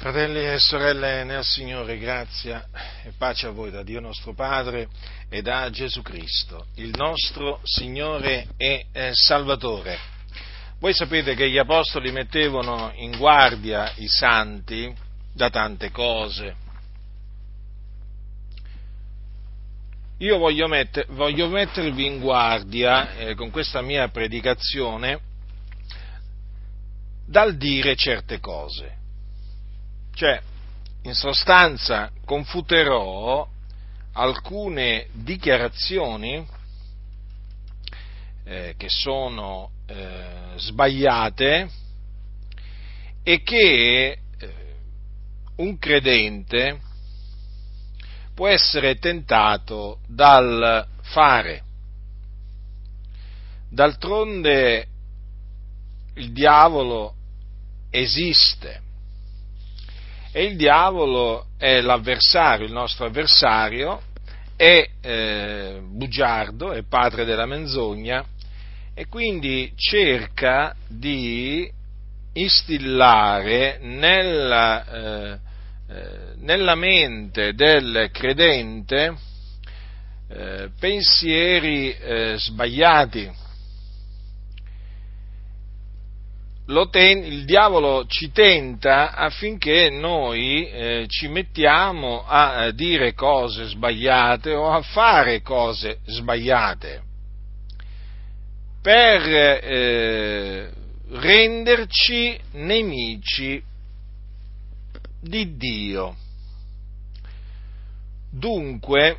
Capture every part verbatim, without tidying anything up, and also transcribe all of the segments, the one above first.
Fratelli e sorelle nel Signore, grazia e pace a voi da Dio nostro Padre e da Gesù Cristo, il nostro Signore e eh, Salvatore. Voi sapete che gli Apostoli mettevano in guardia i santi da tante cose. Io voglio, metter, voglio mettervi in guardia eh, con questa mia predicazione dal dire certe cose. Cioè, in sostanza, confuterò alcune dichiarazioni eh, che sono eh, sbagliate e che eh, un credente può essere tentato dal fare. D'altronde il diavolo esiste. E il diavolo è l'avversario, il nostro avversario, è eh, bugiardo, è padre della menzogna e quindi cerca di instillare nella, eh, eh, nella mente del credente eh, pensieri eh, sbagliati. Lo ten- il diavolo ci tenta affinché noi eh, ci mettiamo a, a dire cose sbagliate o a fare cose sbagliate per eh, renderci nemici di Dio. Dunque,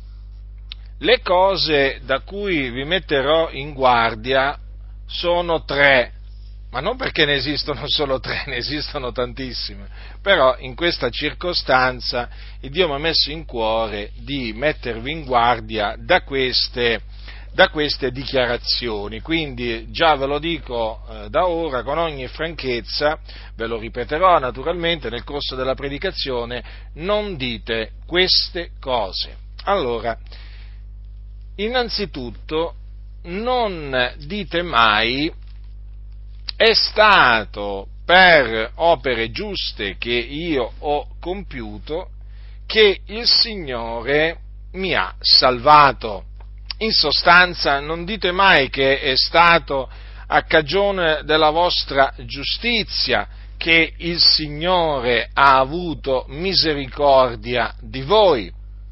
le cose da cui vi metterò in guardia sono tre. Ma non perché ne esistono solo tre, ne esistono tantissime, però in questa circostanza il Dio mi ha messo in cuore di mettervi in guardia da queste, da queste dichiarazioni, quindi già ve lo dico eh, da ora con ogni franchezza, ve lo ripeterò naturalmente nel corso della predicazione, non dite queste cose. Allora, innanzitutto non dite mai è stato per opere giuste che io ho compiuto che il Signore mi ha salvato. In sostanza, non dite mai che è stato a cagione della vostra giustizia che il Signore ha avuto misericordia di voi.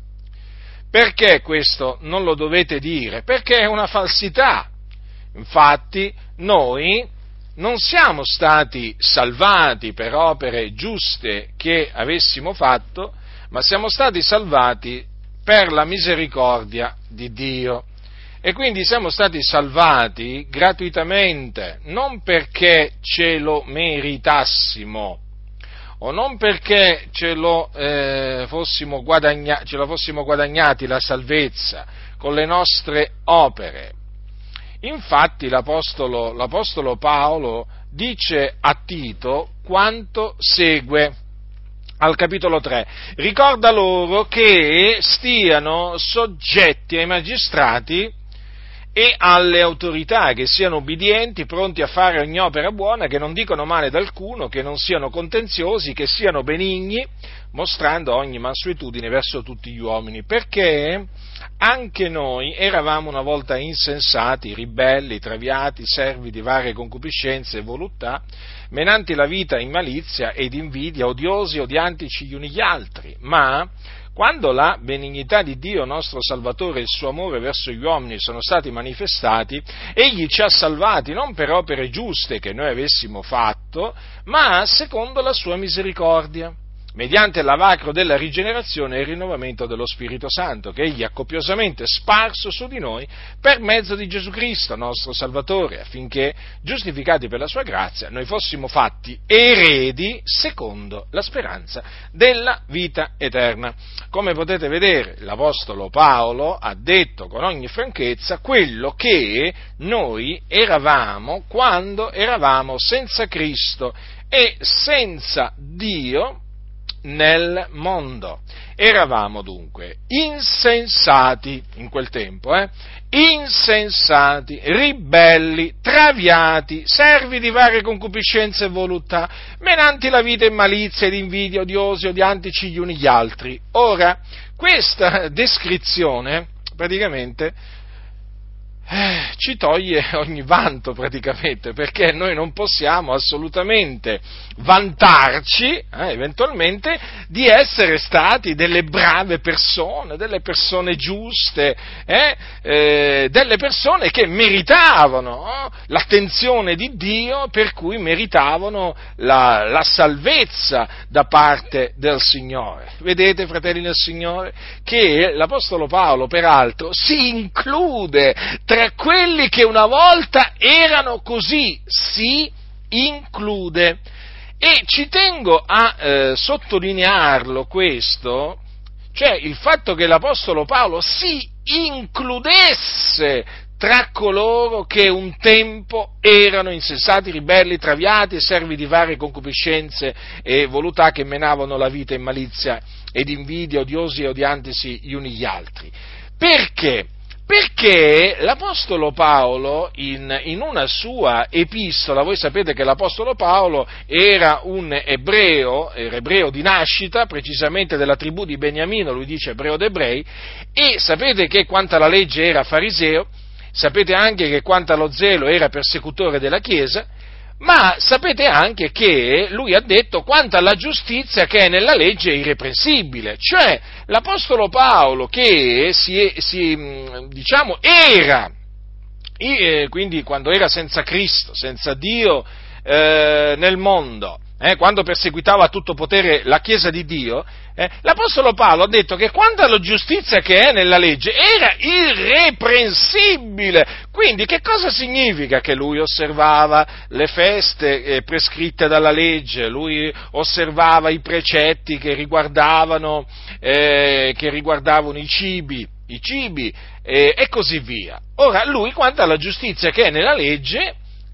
Perché questo non lo dovete dire? Perché è una falsità. Infatti, noi non siamo stati salvati per opere giuste che avessimo fatto, ma siamo stati salvati per la misericordia di Dio. E quindi siamo stati salvati gratuitamente, non perché ce lo meritassimo, o non perché ce lo, eh, fossimo guadagna- ce lo fossimo guadagnati la salvezza con le nostre opere. Infatti l'Apostolo, l'Apostolo Paolo dice a Tito quanto segue al capitolo tre: ricorda loro che stiano soggetti ai magistrati e alle autorità, che siano ubbidienti, pronti a fare ogni opera buona, che non dicono male d'alcuno, che non siano contenziosi, che siano benigni, mostrando ogni mansuetudine verso tutti gli uomini, perché anche noi eravamo una volta insensati, ribelli, traviati, servi di varie concupiscenze e voluttà, menanti la vita in malizia ed invidia, odiosi, odiantici gli uni gli altri, ma quando la benignità di Dio nostro Salvatore e il suo amore verso gli uomini sono stati manifestati, egli ci ha salvati non per opere giuste che noi avessimo fatto, ma secondo la sua misericordia, mediante il lavacro della rigenerazione e il rinnovamento dello Spirito Santo, che egli ha copiosamente sparso su di noi per mezzo di Gesù Cristo, nostro Salvatore, affinché, giustificati per la sua grazia, noi fossimo fatti eredi secondo la speranza della vita eterna. Come potete vedere, l'Apostolo Paolo ha detto con ogni franchezza quello che noi eravamo quando eravamo senza Cristo e senza Dio. nel mondo. Eravamo dunque insensati in quel tempo, eh? insensati, ribelli, traviati, servi di varie concupiscenze e voluttà, menanti la vita in malizia ed invidia, odiosi, odiantici gli uni gli altri. Ora, questa descrizione praticamente Eh, ci toglie ogni vanto praticamente, perché noi non possiamo assolutamente vantarci, eh, eventualmente, di essere stati delle brave persone, delle persone giuste, eh, eh, delle persone che meritavano oh, l'attenzione di Dio, per cui meritavano la, la salvezza da parte del Signore. Vedete, fratelli nel Signore, che l'Apostolo Paolo, peraltro, si include tra tra quelli che una volta erano così, si include. E ci tengo a eh, sottolinearlo questo, cioè il fatto che l'Apostolo Paolo si includesse tra coloro che un tempo erano insensati, ribelli, traviati e servi di varie concupiscenze e voluttà, che menavano la vita in malizia ed invidia, odiosi e odiantisi gli uni gli altri. Perché? Perché l'Apostolo Paolo in, in una sua epistola, voi sapete che l'Apostolo Paolo era un ebreo, era ebreo di nascita, precisamente della tribù di Beniamino, lui dice ebreo d'ebrei, e sapete che quanto alla legge era fariseo, sapete anche che quanto allo zelo era persecutore della Chiesa, ma sapete anche che lui ha detto quanto alla giustizia che è nella legge è irreprensibile, cioè l'Apostolo Paolo che si, si diciamo era, quindi quando era senza Cristo, senza Dio eh, nel mondo, eh, quando perseguitava a tutto potere la Chiesa di Dio, eh, l'Apostolo Paolo ha detto che quanto alla giustizia che è nella legge era irreprensibile. Quindi che cosa significa? Che lui osservava le feste eh, prescritte dalla legge, lui osservava i precetti che riguardavano, eh, che riguardavano i cibi, i cibi eh, e così via. Ora, lui quanto alla giustizia che è nella legge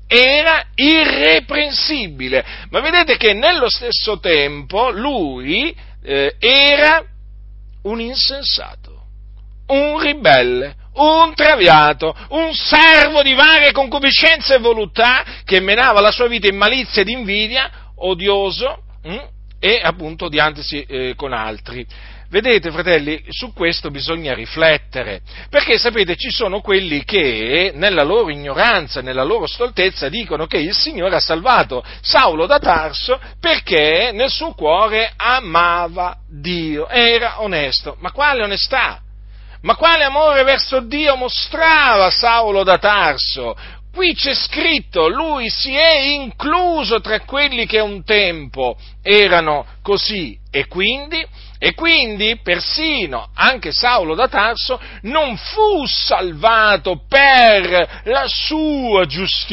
era irreprensibile, ma vedete che nello stesso tempo lui eh, era un insensato, un ribelle, un traviato, un servo di varie concupiscenze e voluttà, che menava la sua vita in malizia ed invidia, odioso hm, e appunto odiantisi eh, con altri. Vedete, fratelli, su questo bisogna riflettere, perché sapete, ci sono quelli che nella loro ignoranza, nella loro stoltezza dicono che il Signore ha salvato Saulo da Tarso perché nel suo cuore amava Dio, era onesto. Ma quale onestà? Ma quale amore verso Dio mostrava Saulo da Tarso? Qui c'è scritto, lui si è incluso tra quelli che un tempo erano così, e quindi, e quindi persino anche Saulo da Tarso non fu salvato per la sua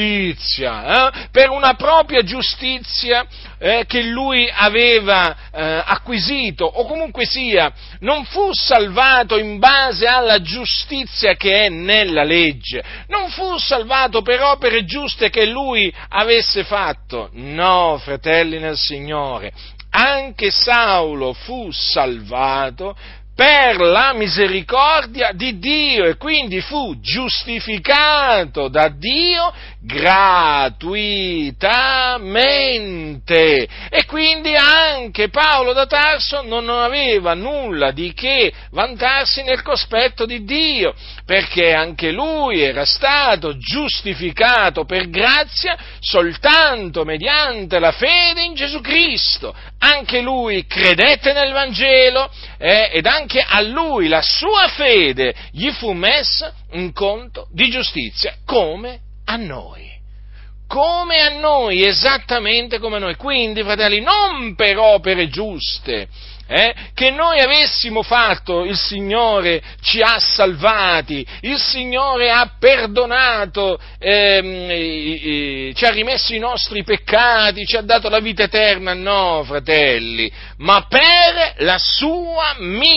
giustizia, eh? per una propria giustizia eh, che lui aveva eh, acquisito, o comunque sia, non fu salvato in base alla giustizia che è nella legge, non fu salvato per opere giuste che lui avesse fatto. No, fratelli nel Signore, anche Saulo fu salvato per la misericordia di Dio e quindi fu giustificato da Dio gratuitamente. E quindi anche Paolo da Tarso non aveva nulla di che vantarsi nel cospetto di Dio, perché anche lui era stato giustificato per grazia soltanto mediante la fede in Gesù Cristo. Anche lui credette nel Vangelo eh, ed anche a lui la sua fede gli fu messa in conto di giustizia, come a noi. Come a noi, esattamente come a noi. Quindi, fratelli, non per opere giuste, eh, che noi avessimo fatto, il Signore ci ha salvati, il Signore ha perdonato, ehm, eh, eh, ci ha rimesso i nostri peccati, ci ha dato la vita eterna, no, fratelli, ma per la sua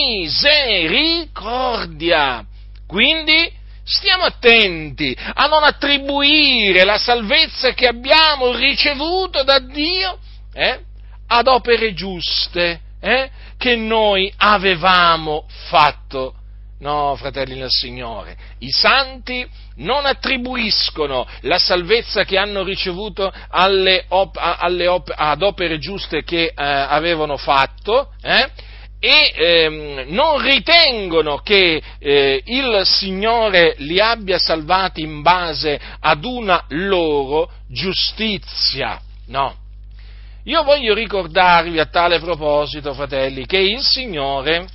misericordia. Quindi, stiamo attenti a non attribuire la salvezza che abbiamo ricevuto da Dio eh, ad opere giuste, eh, che noi avevamo fatto. No, fratelli nel Signore, i santi non attribuiscono la salvezza che hanno ricevuto alle op- alle op- ad opere giuste che eh, avevano fatto, eh, e ehm, non ritengono che eh, il Signore li abbia salvati in base ad una loro giustizia. No. Io voglio ricordarvi a tale proposito, fratelli, che il Signore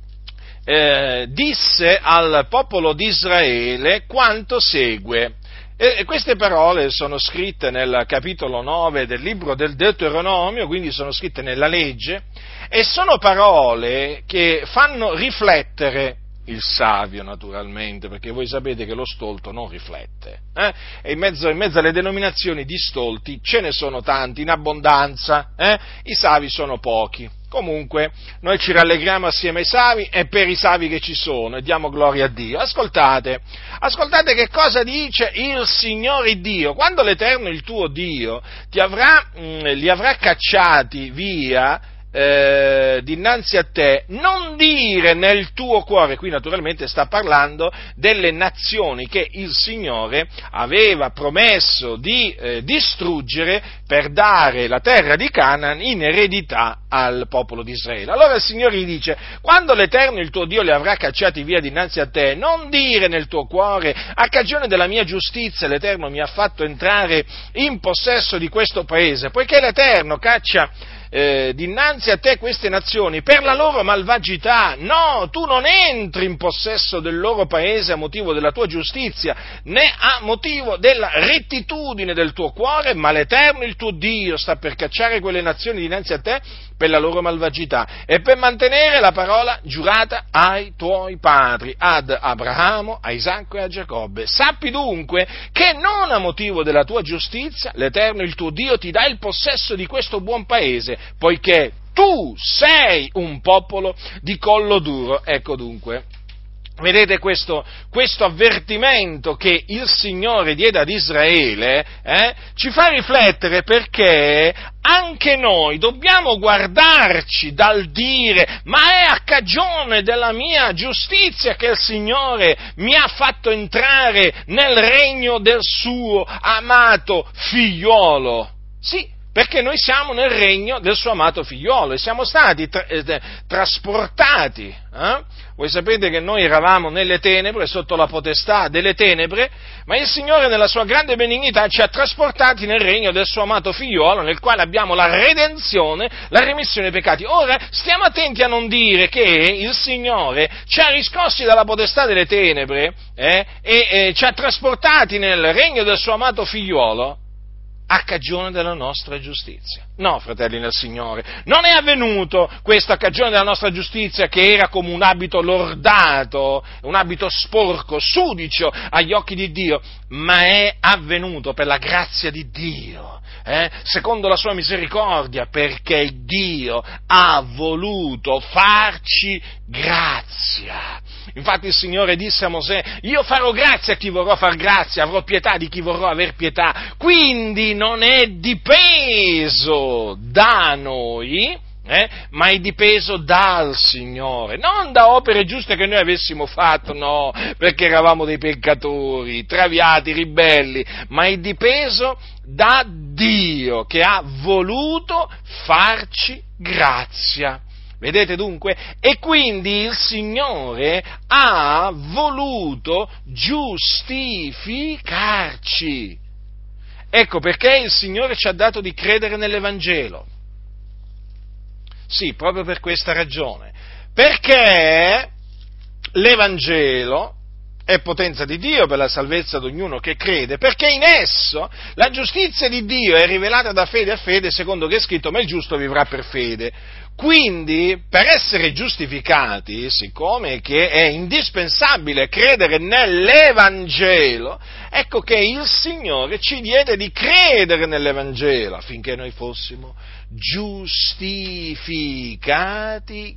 Eh, disse al popolo di Israele quanto segue. E queste parole sono scritte nel capitolo nove del libro del Deuteronomio, quindi sono scritte nella legge, e sono parole che fanno riflettere il savio, naturalmente, perché voi sapete che lo stolto non riflette, eh? E in mezzo, in mezzo alle denominazioni di stolti ce ne sono tanti, in abbondanza, eh? I savi sono pochi. Comunque, noi ci rallegriamo assieme ai savi e per i savi che ci sono e diamo gloria a Dio. Ascoltate, ascoltate che cosa dice il Signore Dio. Quando l'Eterno, il tuo Dio, ti avrà, mh, li avrà cacciati via eh, dinanzi a te, non dire nel tuo cuore, qui naturalmente sta parlando delle nazioni che il Signore aveva promesso di eh, distruggere per dare la terra di Canaan in eredità al popolo di Israele. Allora il Signore gli dice: quando l'Eterno il tuo Dio li avrà cacciati via dinanzi a te, non dire nel tuo cuore: a cagione della mia giustizia l'Eterno mi ha fatto entrare in possesso di questo paese, poiché l'Eterno caccia Eh, dinanzi a te queste nazioni per la loro malvagità. No, tu non entri in possesso del loro paese a motivo della tua giustizia, né a motivo della rettitudine del tuo cuore, ma l'Eterno il tuo Dio sta per cacciare quelle nazioni dinanzi a te per la loro malvagità e per mantenere la parola giurata ai tuoi padri, ad Abramo, a Isacco e a Giacobbe. Sappi dunque che non a motivo della tua giustizia l'Eterno il tuo Dio ti dà il possesso di questo buon paese, poiché tu sei un popolo di collo duro. Ecco dunque, vedete questo, questo avvertimento che il Signore diede ad Israele, eh, ci fa riflettere, perché anche noi dobbiamo guardarci dal dire: ma è a cagione della mia giustizia che il Signore mi ha fatto entrare nel regno del suo amato figliuolo. Sì, perché noi siamo nel regno del suo amato figliolo e siamo stati tra- eh, trasportati. Eh? Voi sapete che noi eravamo nelle tenebre, sotto la potestà delle tenebre, ma il Signore nella sua grande benignità ci ha trasportati nel regno del suo amato figliolo, nel quale abbiamo la redenzione, la remissione dei peccati. Ora, stiamo attenti a non dire che il Signore ci ha riscossi dalla potestà delle tenebre eh, e eh, ci ha trasportati nel regno del suo amato figliolo a cagione della nostra giustizia. No, fratelli nel Signore, non è avvenuto questo a cagione della nostra giustizia, che era come un abito lordato, un abito sporco, sudicio agli occhi di Dio, ma è avvenuto per la grazia di Dio, eh, secondo la sua misericordia, perché Dio ha voluto farci grazia. Infatti il Signore disse a Mosè: io farò grazia a chi vorrò far grazia, avrò pietà di chi vorrò aver pietà. Quindi non è dipeso da noi, eh, ma è dipeso dal Signore, non da opere giuste che noi avessimo fatto, no, perché eravamo dei peccatori, traviati, ribelli, ma è dipeso da Dio che ha voluto farci grazia. Vedete dunque? E quindi il Signore ha voluto giustificarci. Ecco perché il Signore ci ha dato di credere nell'Evangelo. Sì, proprio per questa ragione. Perché l'Evangelo è potenza di Dio per la salvezza di ognuno che crede, perché in esso la giustizia di Dio è rivelata da fede a fede, secondo che è scritto: ma il giusto vivrà per fede. Quindi, per essere giustificati, siccome che è indispensabile credere nell'Evangelo, ecco che il Signore ci diede di credere nell'Evangelo affinché noi fossimo giustificati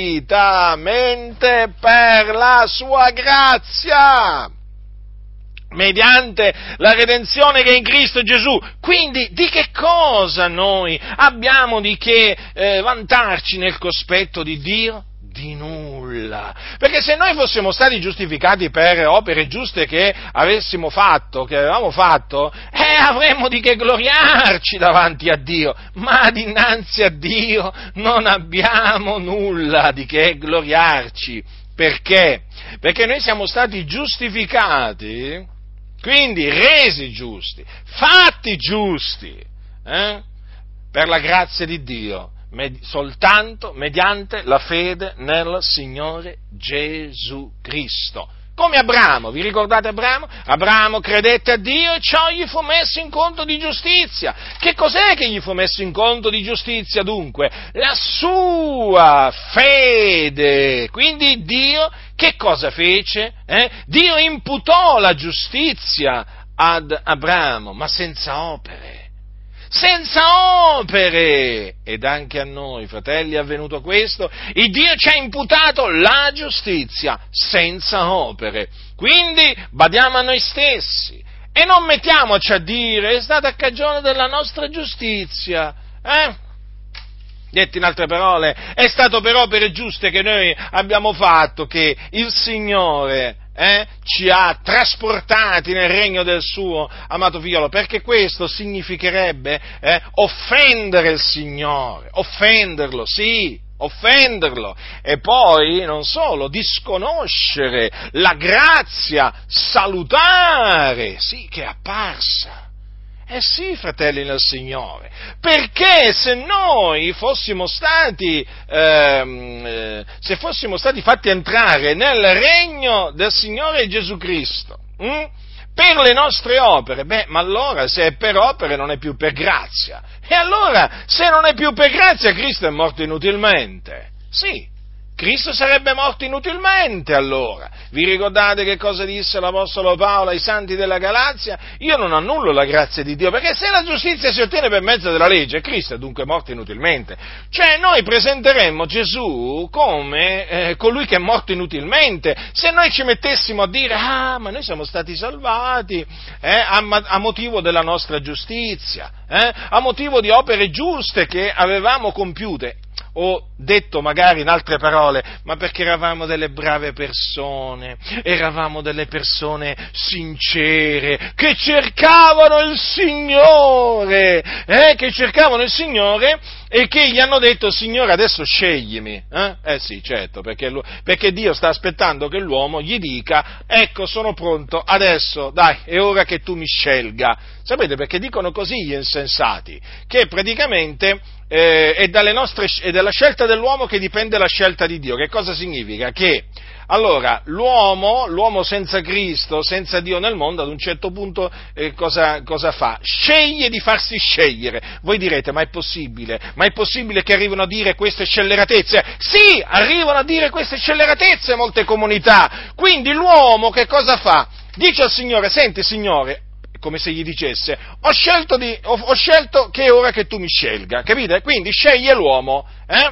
gratuitamente per la sua grazia. mediante la redenzione che è in Cristo Gesù. Quindi di che cosa noi abbiamo di che eh, vantarci nel cospetto di Dio? Di nulla, perché se noi fossimo stati giustificati per opere giuste che avessimo fatto, che avevamo fatto, eh, avremmo di che gloriarci davanti a Dio, ma dinanzi a Dio non abbiamo nulla di che gloriarci. Perché? Perché noi siamo stati giustificati, quindi resi giusti, fatti giusti, eh, per la grazia di Dio, med- soltanto mediante la fede nel Signore Gesù Cristo. Come Abramo, vi ricordate Abramo? Abramo credette a Dio e ciò gli fu messo in conto di giustizia. Che cos'è che gli fu messo in conto di giustizia dunque? La sua fede. Quindi Dio che cosa fece? Eh? Dio imputò la giustizia ad Abramo, ma senza opere. Senza opere, ed anche a noi, fratelli, è avvenuto questo, il Dio ci ha imputato la giustizia senza opere, quindi badiamo a noi stessi e non mettiamoci a dire è stata a cagione della nostra giustizia, eh? Detto in altre parole, è stato per opere giuste che noi abbiamo fatto che il Signore Eh, ci ha trasportati nel regno del suo amato figliolo, perché questo significherebbe eh, offendere il Signore, offenderlo, sì, offenderlo, e poi non solo, disconoscere la grazia salutare, sì, che è apparsa. Eh sì, fratelli nel Signore, perché se noi fossimo stati, ehm, eh, se fossimo stati fatti entrare nel regno del Signore Gesù Cristo, hm, per le nostre opere, beh, ma allora se è per opere non è più per grazia, e allora se non è più per grazia Cristo è morto inutilmente, sì. Cristo sarebbe morto inutilmente allora. Vi ricordate che cosa disse l'Apostolo Paolo ai santi della Galazia? Io non annullo la grazia di Dio, perché se la giustizia si ottiene per mezzo della legge, Cristo è dunque morto inutilmente. Cioè noi presenteremmo Gesù come eh, colui che è morto inutilmente. Se noi ci mettessimo a dire, ah, ma noi siamo stati salvati eh, a, a motivo della nostra giustizia, eh, a motivo di opere giuste che avevamo compiute, o detto magari in altre parole, ma perché eravamo delle brave persone, eravamo delle persone sincere, che cercavano il Signore, eh, che cercavano il Signore e che gli hanno detto, Signore, adesso sceglimi, eh? Eh sì, certo, perché, perché Dio sta aspettando che l'uomo gli dica, ecco, sono pronto, adesso, dai, è ora che tu mi scelga. Sapete perché dicono così gli insensati? Che praticamente eh, è, dalle nostre, è dalla scelta dell'uomo che dipende la scelta di Dio. Che cosa significa? Che allora l'uomo, l'uomo senza Cristo, senza Dio nel mondo, ad un certo punto eh, cosa, cosa fa? Sceglie di farsi scegliere. Voi direte, ma è possibile? Ma è possibile che arrivino a dire queste scelleratezze? Sì, arrivano a dire queste scelleratezze molte comunità. Quindi l'uomo che cosa fa? Dice al Signore, senti Signore, come se gli dicesse, ho scelto, di, ho, ho scelto che è ora che tu mi scelga, capite? Quindi sceglie l'uomo, eh?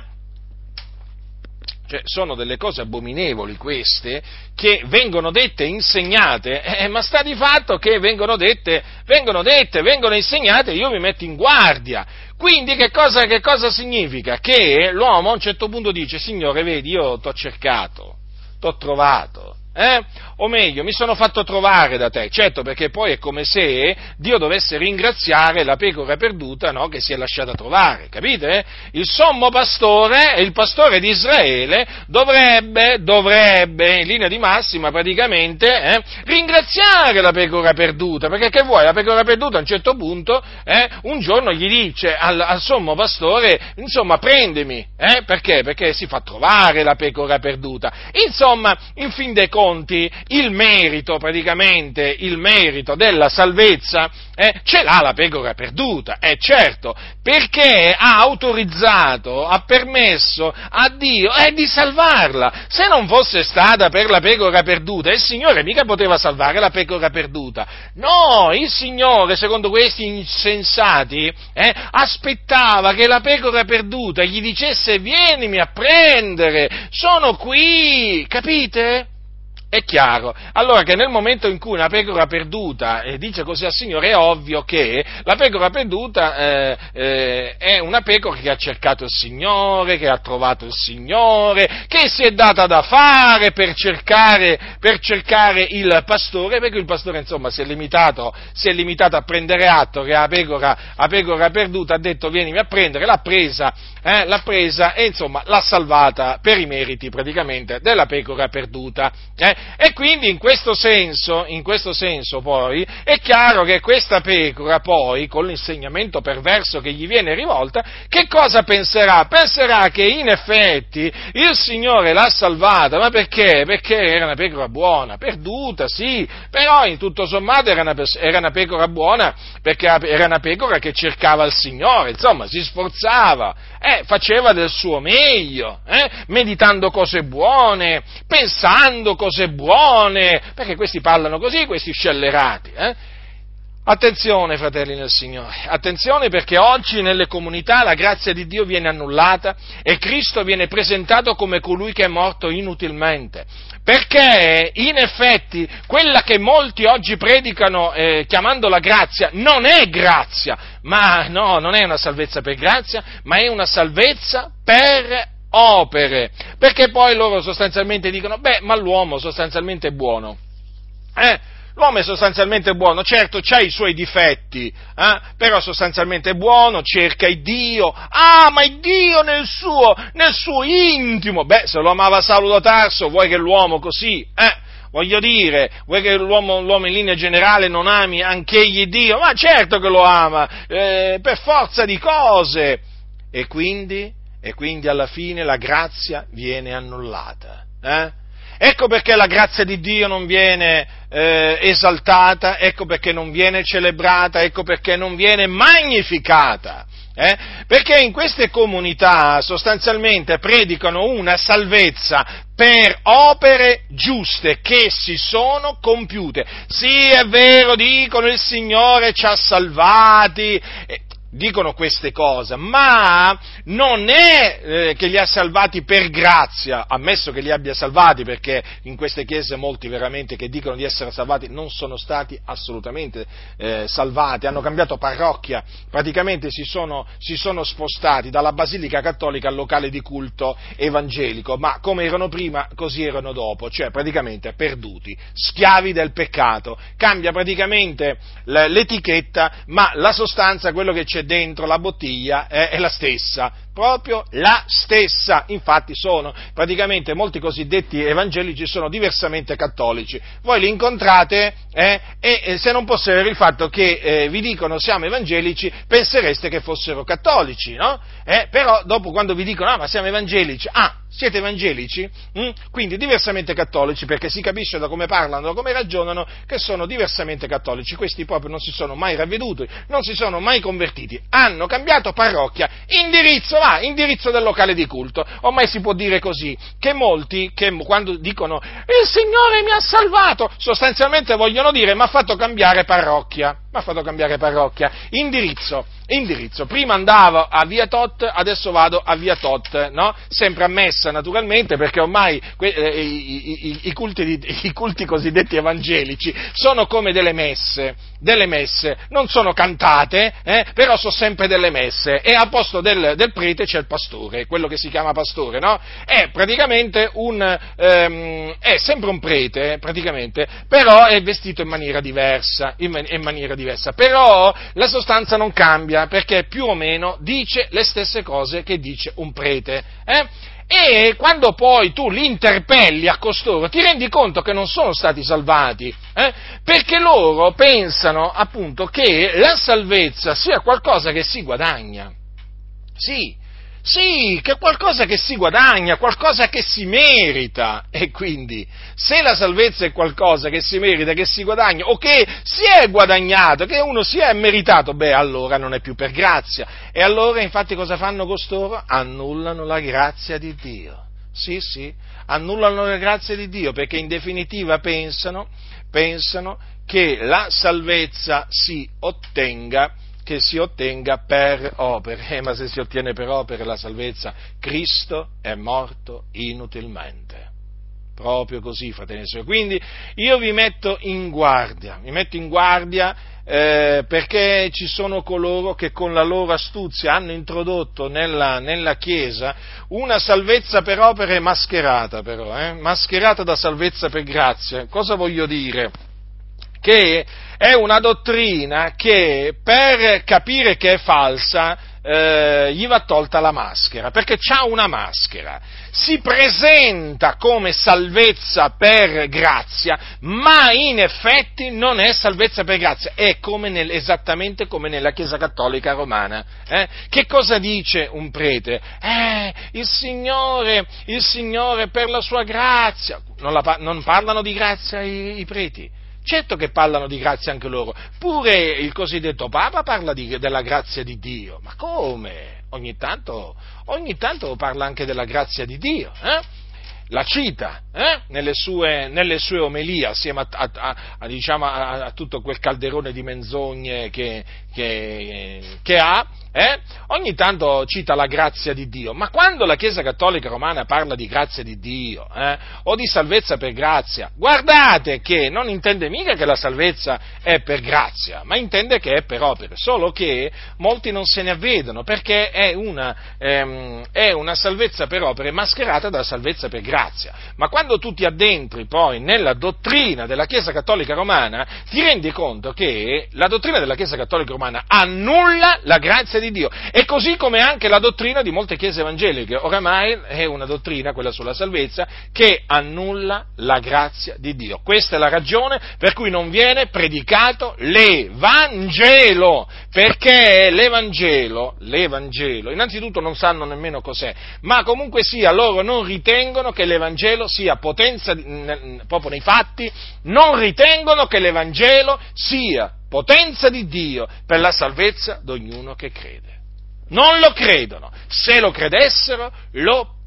Cioè, sono delle cose abominevoli queste, che vengono dette e insegnate, eh, ma sta di fatto che vengono dette, vengono dette, vengono insegnate e io mi metto in guardia. Quindi che cosa, che cosa significa? Che l'uomo a un certo punto dice, Signore, vedi, io t'ho cercato, t'ho trovato, Eh? O meglio, mi sono fatto trovare da te, certo, perché poi è come se Dio dovesse ringraziare la pecora perduta, no, che si è lasciata trovare, capite? Il sommo pastore, il pastore di Israele, dovrebbe, dovrebbe, in linea di massima praticamente, eh, ringraziare la pecora perduta, perché che vuoi, la pecora perduta a un certo punto, eh, un giorno gli dice al, al sommo pastore, insomma, prendimi, eh, perché? Perché si fa trovare la pecora perduta. Insomma, in fin dei conti, il merito, praticamente, il merito della salvezza, eh, ce l'ha la pecora perduta, è eh, certo, perché ha autorizzato, ha permesso a Dio eh, di salvarla. Se non fosse stata per la pecora perduta, il Signore mica poteva salvare la pecora perduta. No, il Signore, secondo questi insensati, eh, aspettava che la pecora perduta gli dicesse: vienimi a prendere, sono qui, capite? È chiaro, allora che nel momento in cui una pecora perduta eh, dice così al Signore, è ovvio che la pecora perduta eh, eh, è una pecora che ha cercato il Signore, che ha trovato il Signore, che si è data da fare per cercare, per cercare il pastore, perché il pastore insomma si è limitato, si è limitato a prendere atto che la pecora, la pecora perduta ha detto vienimi a prendere, l'ha presa, eh, l'ha presa e insomma l'ha salvata per i meriti praticamente della pecora perduta. Eh? E quindi in questo senso, in questo senso poi, è chiaro che questa pecora poi, con l'insegnamento perverso che gli viene rivolta, che cosa penserà? Penserà che in effetti il Signore l'ha salvata, ma perché? Perché era una pecora buona, perduta, sì, però in tutto sommato era una, era una pecora buona, perché era una pecora che cercava il Signore, insomma, si sforzava, eh, faceva del suo meglio, eh, meditando cose buone, pensando cose buone, perché questi parlano così, questi scellerati, eh? Attenzione, fratelli nel Signore, attenzione perché oggi nelle comunità la grazia di Dio viene annullata e Cristo viene presentato come colui che è morto inutilmente, perché in effetti quella che molti oggi predicano eh, chiamandola grazia non è grazia, ma no, non è una salvezza per grazia, ma è una salvezza per opere, perché poi loro sostanzialmente dicono, beh, ma l'uomo sostanzialmente è buono, eh? L'uomo è sostanzialmente buono, certo c'ha i suoi difetti, eh? Però sostanzialmente è buono, cerca il Dio, ama il Dio nel suo, nel suo intimo, beh, se lo amava Saulo da Tarso, vuoi che l'uomo così, eh? Voglio dire, vuoi che l'uomo, l'uomo in linea generale non ami anch'egli Dio? Ma certo che lo ama, eh, per forza di cose, e quindi, e quindi alla fine la grazia viene annullata, eh? Ecco perché la grazia di Dio non viene eh, esaltata, ecco perché non viene celebrata, ecco perché non viene magnificata, eh? Perché in queste comunità sostanzialmente predicano una salvezza per opere giuste che si sono compiute. Sì, è vero, dicono il Signore ci ha salvati, eh, dicono queste cose, ma non è eh, che li ha salvati per grazia, ammesso che li abbia salvati, perché in queste chiese molti veramente che dicono di essere salvati non sono stati assolutamente eh, salvati, hanno cambiato parrocchia, praticamente si sono, si sono spostati dalla basilica cattolica al locale di culto evangelico, ma come erano prima così erano dopo, cioè praticamente perduti, schiavi del peccato, cambia praticamente l'etichetta, ma la sostanza, quello che c'è dentro la bottiglia è, è la stessa, proprio la stessa. Infatti sono praticamente molti cosiddetti evangelici sono diversamente cattolici. Voi li incontrate eh, e, e se non fosse per il fatto che eh, vi dicono siamo evangelici, pensereste che fossero cattolici, no? Eh, però dopo quando vi dicono ah ma siamo evangelici, ah siete evangelici? Mm? Quindi diversamente cattolici, perché si capisce da come parlano, da come ragionano, che sono diversamente cattolici. Questi proprio non si sono mai ravveduti, non si sono mai convertiti, hanno cambiato parrocchia, indirizzo, va, indirizzo del locale di culto. Ormai si può dire così, che molti, che quando dicono il Signore mi ha salvato, sostanzialmente vogliono dire mi ha fatto cambiare parrocchia, mi ha fatto cambiare parrocchia, indirizzo. Indirizzo, prima andavo a via Tot, adesso vado a via Tot, no? Sempre a messa naturalmente, perché ormai que- eh, i, i, i, culti di, i culti cosiddetti evangelici sono come delle messe, delle messe, non sono cantate, eh, però sono sempre delle messe, e al posto del, del prete c'è il pastore, quello che si chiama pastore, no? È praticamente un, ehm, è sempre un prete, praticamente, però è vestito in maniera diversa, in, in maniera diversa, però la sostanza non cambia, perché più o meno dice le stesse cose che dice un prete, eh? E quando poi tu li interpelli a costoro ti rendi conto che non sono stati salvati, eh? Perché loro pensano appunto che la salvezza sia qualcosa che si guadagna, sì, sì, che è qualcosa che si guadagna, qualcosa che si merita, e quindi se la salvezza è qualcosa che si merita, che si guadagna, o che si è guadagnato, che uno si è meritato, beh, allora non è più per grazia, e allora infatti cosa fanno costoro? Annullano la grazia di Dio, sì, sì, annullano la grazia di Dio, perché in definitiva pensano, pensano che la salvezza si ottenga che si ottenga per opere, eh, ma se si ottiene per opere la salvezza, Cristo è morto inutilmente. proprio così, fratelli e sorelle. Quindi io vi metto in guardia, vi metto in guardia eh, perché ci sono coloro che con la loro astuzia hanno introdotto nella, nella Chiesa una salvezza per opere mascherata, però, eh, mascherata da salvezza per grazia. Cosa voglio dire? Che è una dottrina che per capire che è falsa eh, gli va tolta la maschera, perché c'ha una maschera, si presenta come salvezza per grazia, ma in effetti non è salvezza per grazia, è come nel, esattamente come nella Chiesa Cattolica Romana. Eh? Che cosa dice un prete? Eh, il Signore, il Signore per la sua grazia, non, la, non parlano di grazia i, i preti? Certo che parlano di grazia anche loro, pure il cosiddetto Papa parla di, della grazia di Dio, ma come? Ogni tanto, ogni tanto parla anche della grazia di Dio, eh? La cita eh? nelle, sue, nelle sue omelie, assieme a, a, a, a, diciamo, a, a tutto quel calderone di menzogne che, che, che ha, eh? Ogni tanto cita la grazia di Dio, ma quando la Chiesa Cattolica Romana parla di grazia di Dio eh? o di salvezza per grazia, guardate che non intende mica che la salvezza è per grazia, ma intende che è per opere, solo che molti non se ne avvedono, perché è una, ehm, è una salvezza per opere mascherata da salvezza per grazia. Ma quando tu ti addentri poi nella dottrina della Chiesa Cattolica Romana, ti rendi conto che la dottrina della Chiesa Cattolica Romana annulla la grazia di Dio, e così come anche la dottrina di molte chiese evangeliche. Oramai è una dottrina, quella sulla salvezza, che annulla la grazia di Dio. Questa è la ragione per cui non viene predicato l'Evangelo, perché l'Evangelo, l'Evangelo, innanzitutto non sanno nemmeno cos'è, ma comunque sia, loro non ritengono che l'Evangelo sia potenza, proprio nei fatti, non ritengono che l'Evangelo sia potenza di Dio per la salvezza di ognuno che crede. Non lo credono. Se lo credessero, lo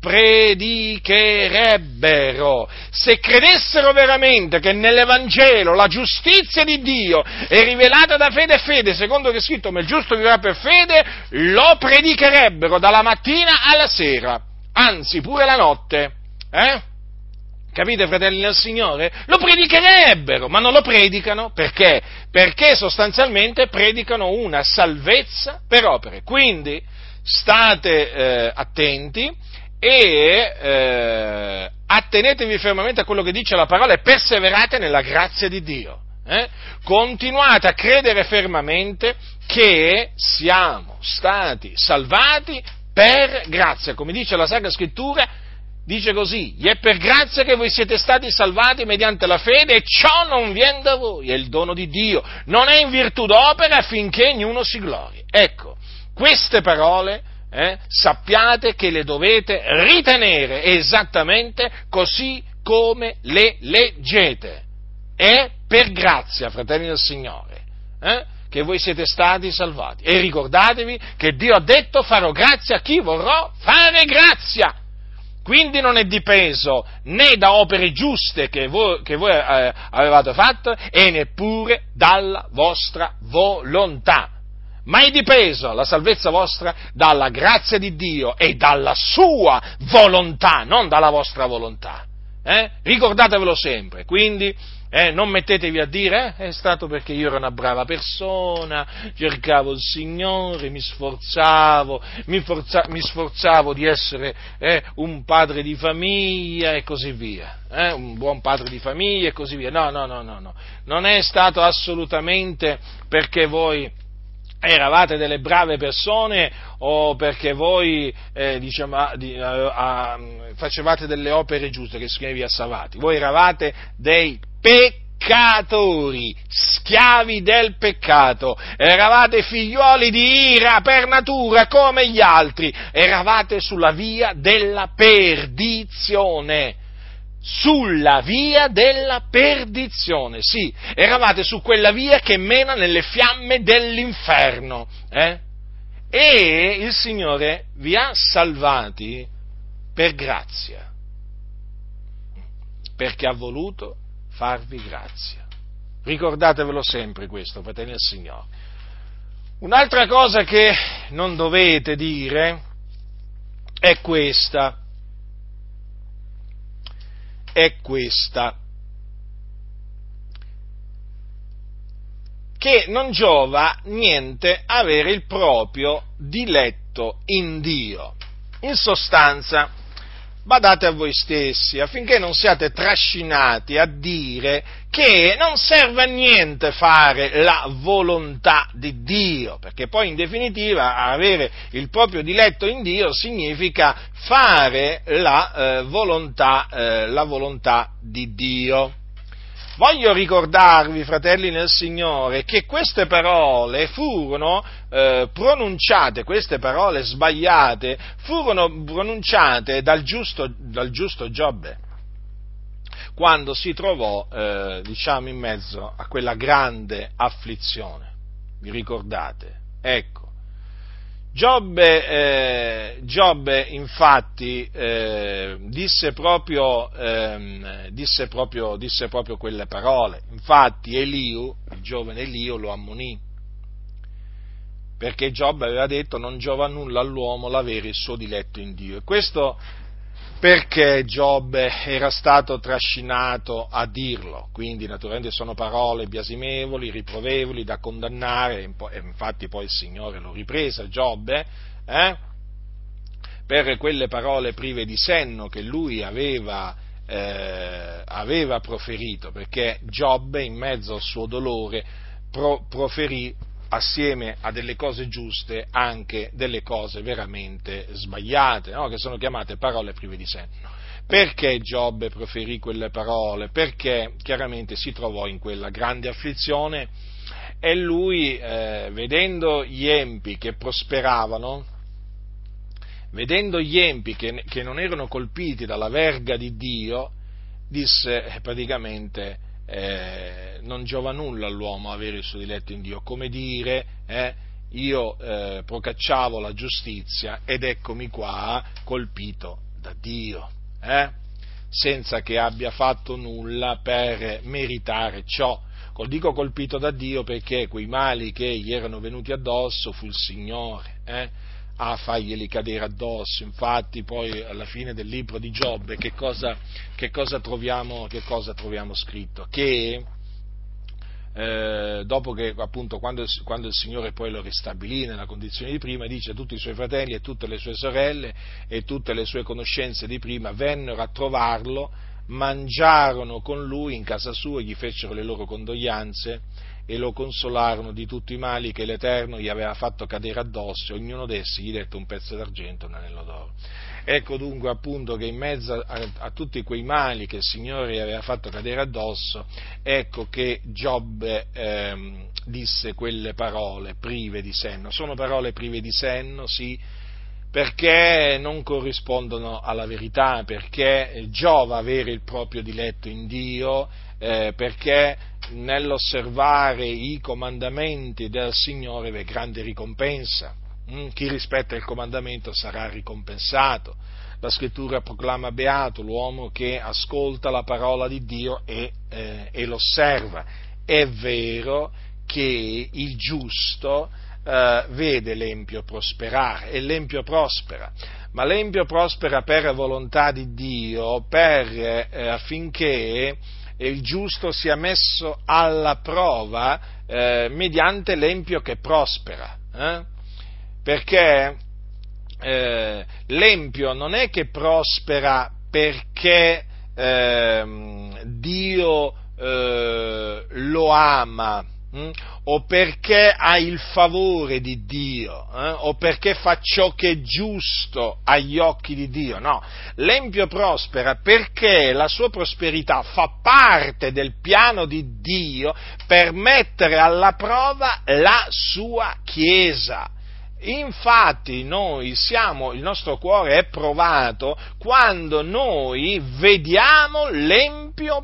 predicherebbero. Se credessero veramente che nell'Evangelo la giustizia di Dio è rivelata da fede e fede, secondo che è scritto, ma il giusto vivrà per fede, lo predicherebbero dalla mattina alla sera, anzi pure la notte. Eh? Capite, fratelli del Signore? Lo predicherebbero, ma non lo predicano. Perché? Perché sostanzialmente predicano una salvezza per opere. Quindi state eh, attenti e eh, attenetevi fermamente a quello che dice la parola e perseverate nella grazia di Dio. Eh? Continuate a credere fermamente che siamo stati salvati per grazia, come dice la Sacra Scrittura. Dice così: è per grazia che voi siete stati salvati mediante la fede, e ciò non viene da voi, è il dono di Dio, non è in virtù d'opera affinché ognuno si glori. Ecco, queste parole eh, sappiate che le dovete ritenere esattamente così come le leggete. È per grazia, fratelli del Signore, eh, che voi siete stati salvati. E ricordatevi che Dio ha detto: farò grazia a chi vorrò fare grazia. Quindi non è dipeso né da opere giuste che voi, che voi eh, avevate fatto, e neppure dalla vostra volontà, ma è dipeso la salvezza vostra dalla grazia di Dio e dalla sua volontà, non dalla vostra volontà. Eh? Ricordatevelo sempre. Quindi eh, non mettetevi a dire eh, è stato perché io ero una brava persona, cercavo il Signore, mi sforzavo, mi, forza, mi sforzavo di essere eh, un padre di famiglia e così via, eh, un buon padre di famiglia e così via. No, no, no, no, no, non è stato assolutamente perché voi eravate delle brave persone o perché voi eh, diciamo, di, eh, eh, facevate delle opere giuste che vi ha salvati. Voi eravate dei peccatori, schiavi del peccato, eravate figlioli di ira per natura come gli altri, eravate sulla via della perdizione. Sulla via della perdizione, sì, eravate su quella via che mena nelle fiamme dell'inferno, eh? E il Signore vi ha salvati per grazia, perché ha voluto farvi grazia. Ricordatevelo sempre questo, fratelli del Signore. Un'altra cosa che non dovete dire è questa: è questa: che non giova niente avere il proprio diletto in Dio. In sostanza, badate a voi stessi, affinché non siate trascinati a dire che non serve a niente fare la volontà di Dio, perché poi in definitiva avere il proprio diletto in Dio significa fare la eh, volontà, eh, la volontà di Dio. Voglio ricordarvi, fratelli nel Signore, che queste parole furono eh, pronunciate, queste parole sbagliate, furono pronunciate dal giusto, dal giusto Giobbe, quando si trovò, eh, diciamo, in mezzo a quella grande afflizione. Vi ricordate? Ecco. Giobbe, eh, Giobbe infatti eh, disse, proprio, eh, disse, proprio, disse proprio quelle parole. Infatti Eliu, il giovane Eliu, lo ammonì, perché Giobbe aveva detto: non giova nulla all'uomo l'avere il suo diletto in Dio. E questo perché Giobbe era stato trascinato a dirlo. Quindi naturalmente sono parole biasimevoli, riprovevoli, da condannare, e infatti poi il Signore lo riprese a Giobbe eh, per quelle parole prive di senno che lui aveva, eh, aveva proferito, perché Giobbe in mezzo al suo dolore pro, proferì assieme a delle cose giuste anche delle cose veramente sbagliate, no? Che sono chiamate parole prive di senno. Perché Giobbe proferì quelle parole? Perché chiaramente si trovò in quella grande afflizione e lui, eh, vedendo gli empi che prosperavano, vedendo gli empi che, che non erano colpiti dalla verga di Dio, disse eh, praticamente: Eh, non giova nulla all'uomo avere il suo diletto in Dio, come dire, eh, io eh, procacciavo la giustizia ed eccomi qua colpito da Dio, eh, senza che abbia fatto nulla per meritare ciò. Dico colpito da Dio perché quei mali che gli erano venuti addosso fu il Signore eh, a farglieli cadere addosso. Infatti poi alla fine del libro di Giobbe che cosa, che cosa, troviamo, che cosa troviamo scritto? Che eh, dopo che appunto quando, quando il Signore poi lo ristabilì nella condizione di prima, dice: tutti i suoi fratelli e tutte le sue sorelle e tutte le sue conoscenze di prima vennero a trovarlo, mangiarono con lui in casa sua, gli fecero le loro condoglianze e lo consolarono di tutti i mali che l'Eterno gli aveva fatto cadere addosso, e ognuno d'essi gli dette un pezzo d'argento e un anello d'oro. Ecco dunque appunto che in mezzo a, a tutti quei mali che il Signore gli aveva fatto cadere addosso, ecco che Giobbe ehm, disse quelle parole prive di senno. Sono parole prive di senno, sì, perché non corrispondono alla verità, perché giova avere il proprio diletto in Dio, eh, perché nell'osservare i comandamenti del Signore v'è grande ricompensa. Mm? Chi rispetta il comandamento sarà ricompensato. La Scrittura proclama beato l'uomo che ascolta la parola di Dio e, eh, e l'osserva. È vero che il giusto Uh, vede l'empio prosperare e l'empio prospera, ma l'empio prospera per volontà di Dio, per, eh, affinché il giusto sia messo alla prova eh, mediante l'empio che prospera, eh? Perché eh, l'empio non è che prospera perché eh, Dio eh, lo ama, Hm? o perché ha il favore di Dio, eh? o perché fa ciò che è giusto agli occhi di Dio. No, l'empio prospera perché la sua prosperità fa parte del piano di Dio per mettere alla prova la sua Chiesa. Infatti noi siamo, il nostro cuore è provato quando noi vediamo l'empio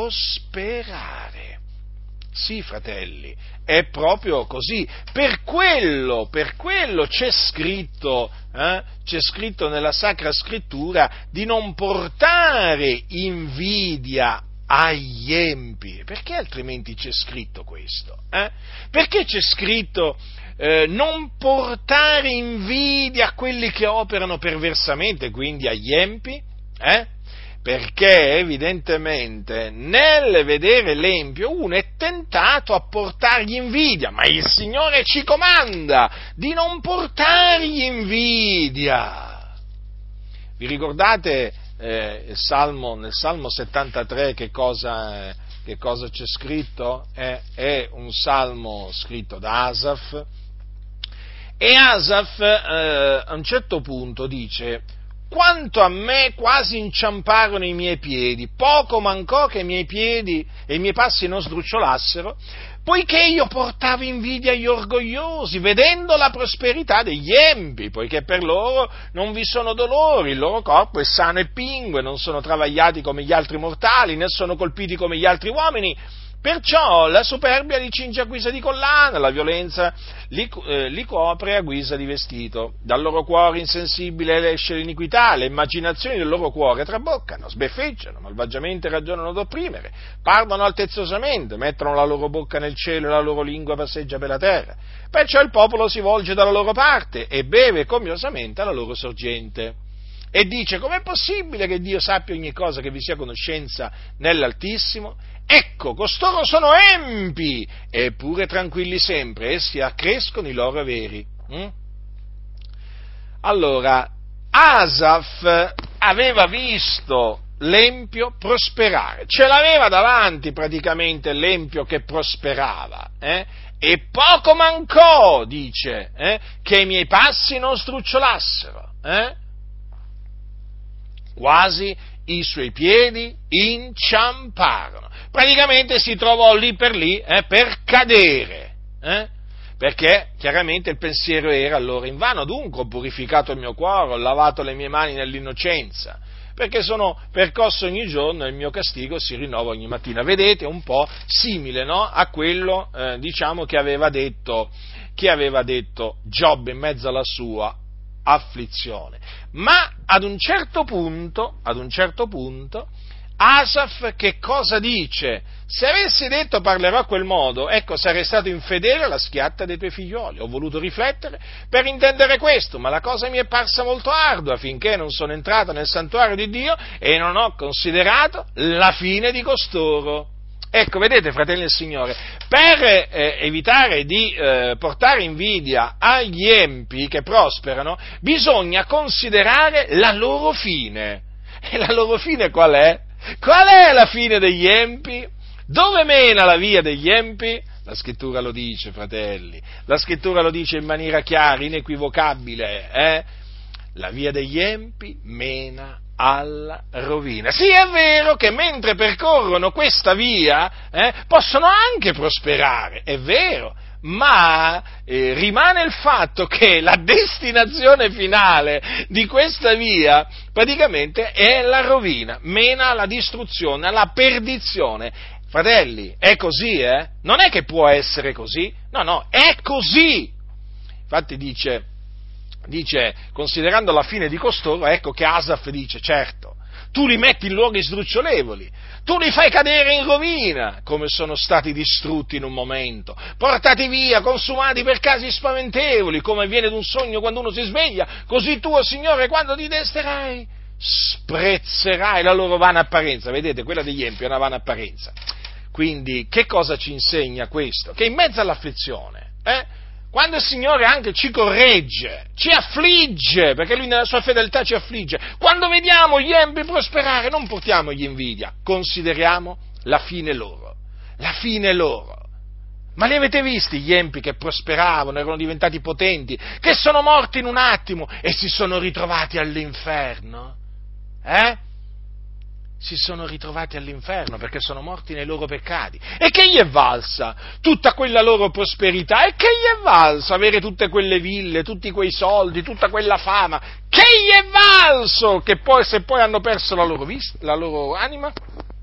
prosperare. Sì, fratelli, è proprio così. Per quello, per quello c'è scritto, eh, c'è scritto nella Sacra Scrittura di non portare invidia agli empi. Perché altrimenti c'è scritto questo? Eh? Perché c'è scritto eh, non portare invidia a quelli che operano perversamente, quindi agli empi? Eh? Perché evidentemente nel vedere l'empio uno è tentato a portargli invidia, ma il Signore ci comanda di non portargli invidia. Vi ricordate eh, il Salmo, nel Salmo settantatré che cosa, che cosa c'è scritto? È, è un salmo scritto da Asaf, e Asaf eh, a un certo punto dice: quanto a me quasi inciamparono i miei piedi, poco mancò che i miei piedi e i miei passi non sdrucciolassero, poiché io portavo invidia agli orgogliosi, vedendo la prosperità degli empi, poiché per loro non vi sono dolori, il loro corpo è sano e pingue, non sono travagliati come gli altri mortali, né sono colpiti come gli altri uomini. Perciò la superbia li cinge a guisa di collana, la violenza li, eh, li copre a guisa di vestito. Dal loro cuore insensibile esce l'iniquità, le immaginazioni del loro cuore traboccano, sbeffeggiano, malvagiamente ragionano d'opprimere, parlano altezzosamente, mettono la loro bocca nel cielo e la loro lingua passeggia per la terra. Perciò il popolo si volge dalla loro parte e beve copiosamente alla loro sorgente. E dice: com'è possibile che Dio sappia ogni cosa, che vi sia conoscenza nell'Altissimo? Ecco, costoro sono empi, eppure tranquilli sempre, essi accrescono i loro averi. Mm? Allora, Asaf aveva visto l'empio prosperare, ce l'aveva davanti praticamente l'empio che prosperava, eh? E poco mancò, dice, eh? che i miei passi non strucciolassero, eh? Quasi i suoi piedi inciamparono. Praticamente si trovò lì per lì eh, per cadere, eh? Perché chiaramente il pensiero era: allora invano dunque ho purificato il mio cuore, ho lavato le mie mani nell'innocenza, perché sono percosso ogni giorno e il mio castigo si rinnova ogni mattina. Vedete, un po' simile, no? A quello eh, diciamo che aveva detto, che aveva detto Giobbe in mezzo alla sua afflizione. Ma ad un certo punto, ad un certo punto, Asaf che cosa dice? Se avessi detto parlerò a quel modo, ecco, sarei stato infedele alla schiatta dei tuoi figlioli. Ho voluto riflettere per intendere questo, ma la cosa mi è parsa molto ardua, finché non sono entrato nel santuario di Dio e non ho considerato la fine di costoro. Ecco, vedete, fratelli del Signore, per eh, evitare di eh, portare invidia agli empi che prosperano, bisogna considerare la loro fine. E la loro fine qual è? Qual è la fine degli empi? Dove mena la via degli empi? La scrittura lo dice, fratelli, la scrittura lo dice in maniera chiara, inequivocabile, eh? La via degli empi mena alla rovina. Sì, è vero che mentre percorrono questa via eh, possono anche prosperare, è vero, ma eh, rimane il fatto che la destinazione finale di questa via praticamente è la rovina, mena alla distruzione, alla perdizione. Fratelli, è così, eh? Non è che può essere così, no, no, è così. Infatti dice, dice, considerando la fine di costoro, ecco che Asaf dice: certo, tu li metti in luoghi sdrucciolevoli, tu li fai cadere in rovina, come sono stati distrutti in un momento, portati via, consumati per casi spaventevoli, come avviene d'un sogno quando uno si sveglia, così tu, o Signore, quando ti desterai, sprezzerai la loro vana apparenza. Vedete, quella degli empi è una vana apparenza. Quindi, che cosa ci insegna questo? Che in mezzo all'afflizione, eh, quando il Signore anche ci corregge, ci affligge, perché Lui nella sua fedeltà ci affligge, quando vediamo gli empi prosperare, non portiamogli invidia, consideriamo la fine loro, la fine loro. Ma li avete visti gli empi che prosperavano, erano diventati potenti, che sono morti in un attimo e si sono ritrovati all'inferno? Eh? Si sono ritrovati all'inferno perché sono morti nei loro peccati. E che gli è valsa tutta quella loro prosperità? E che gli è valsa avere tutte quelle ville, tutti quei soldi, tutta quella fama? Che gli è valso che poi, se poi hanno perso la loro, vista, la loro anima?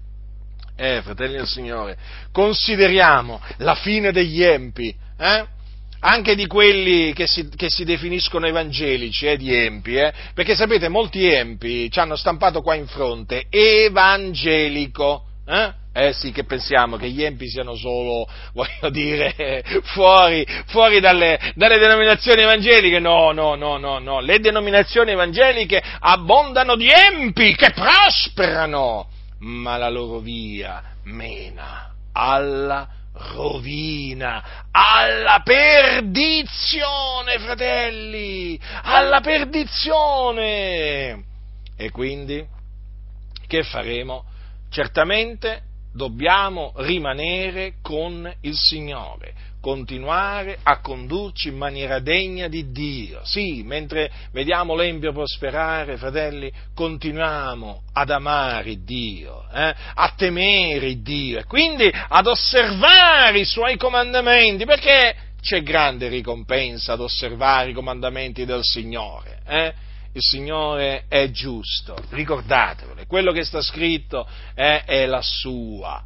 Eh, fratelli del Signore, consideriamo la fine degli empi, eh? Anche di quelli che si, che si definiscono evangelici, eh, di empi, eh? Perché sapete, molti empi ci hanno stampato qua in fronte evangelico, eh? Eh sì, che pensiamo? Che gli empi siano solo, voglio dire, fuori, fuori dalle, dalle denominazioni evangeliche? No, no, no, no, no. Le denominazioni evangeliche abbondano di empi che prosperano, ma la loro via mena alla rovina, alla perdizione, fratelli, alla perdizione. E quindi, che faremo? Certamente dobbiamo rimanere con il Signore, continuare a condurci in maniera degna di Dio. Sì, mentre vediamo l'empio prosperare, fratelli, continuiamo ad amare Dio, eh, a temere Dio e quindi ad osservare i Suoi comandamenti, perché c'è grande ricompensa ad osservare i comandamenti del Signore, eh? Il Signore è giusto, ricordatevelo, quello che sta scritto è, è la sua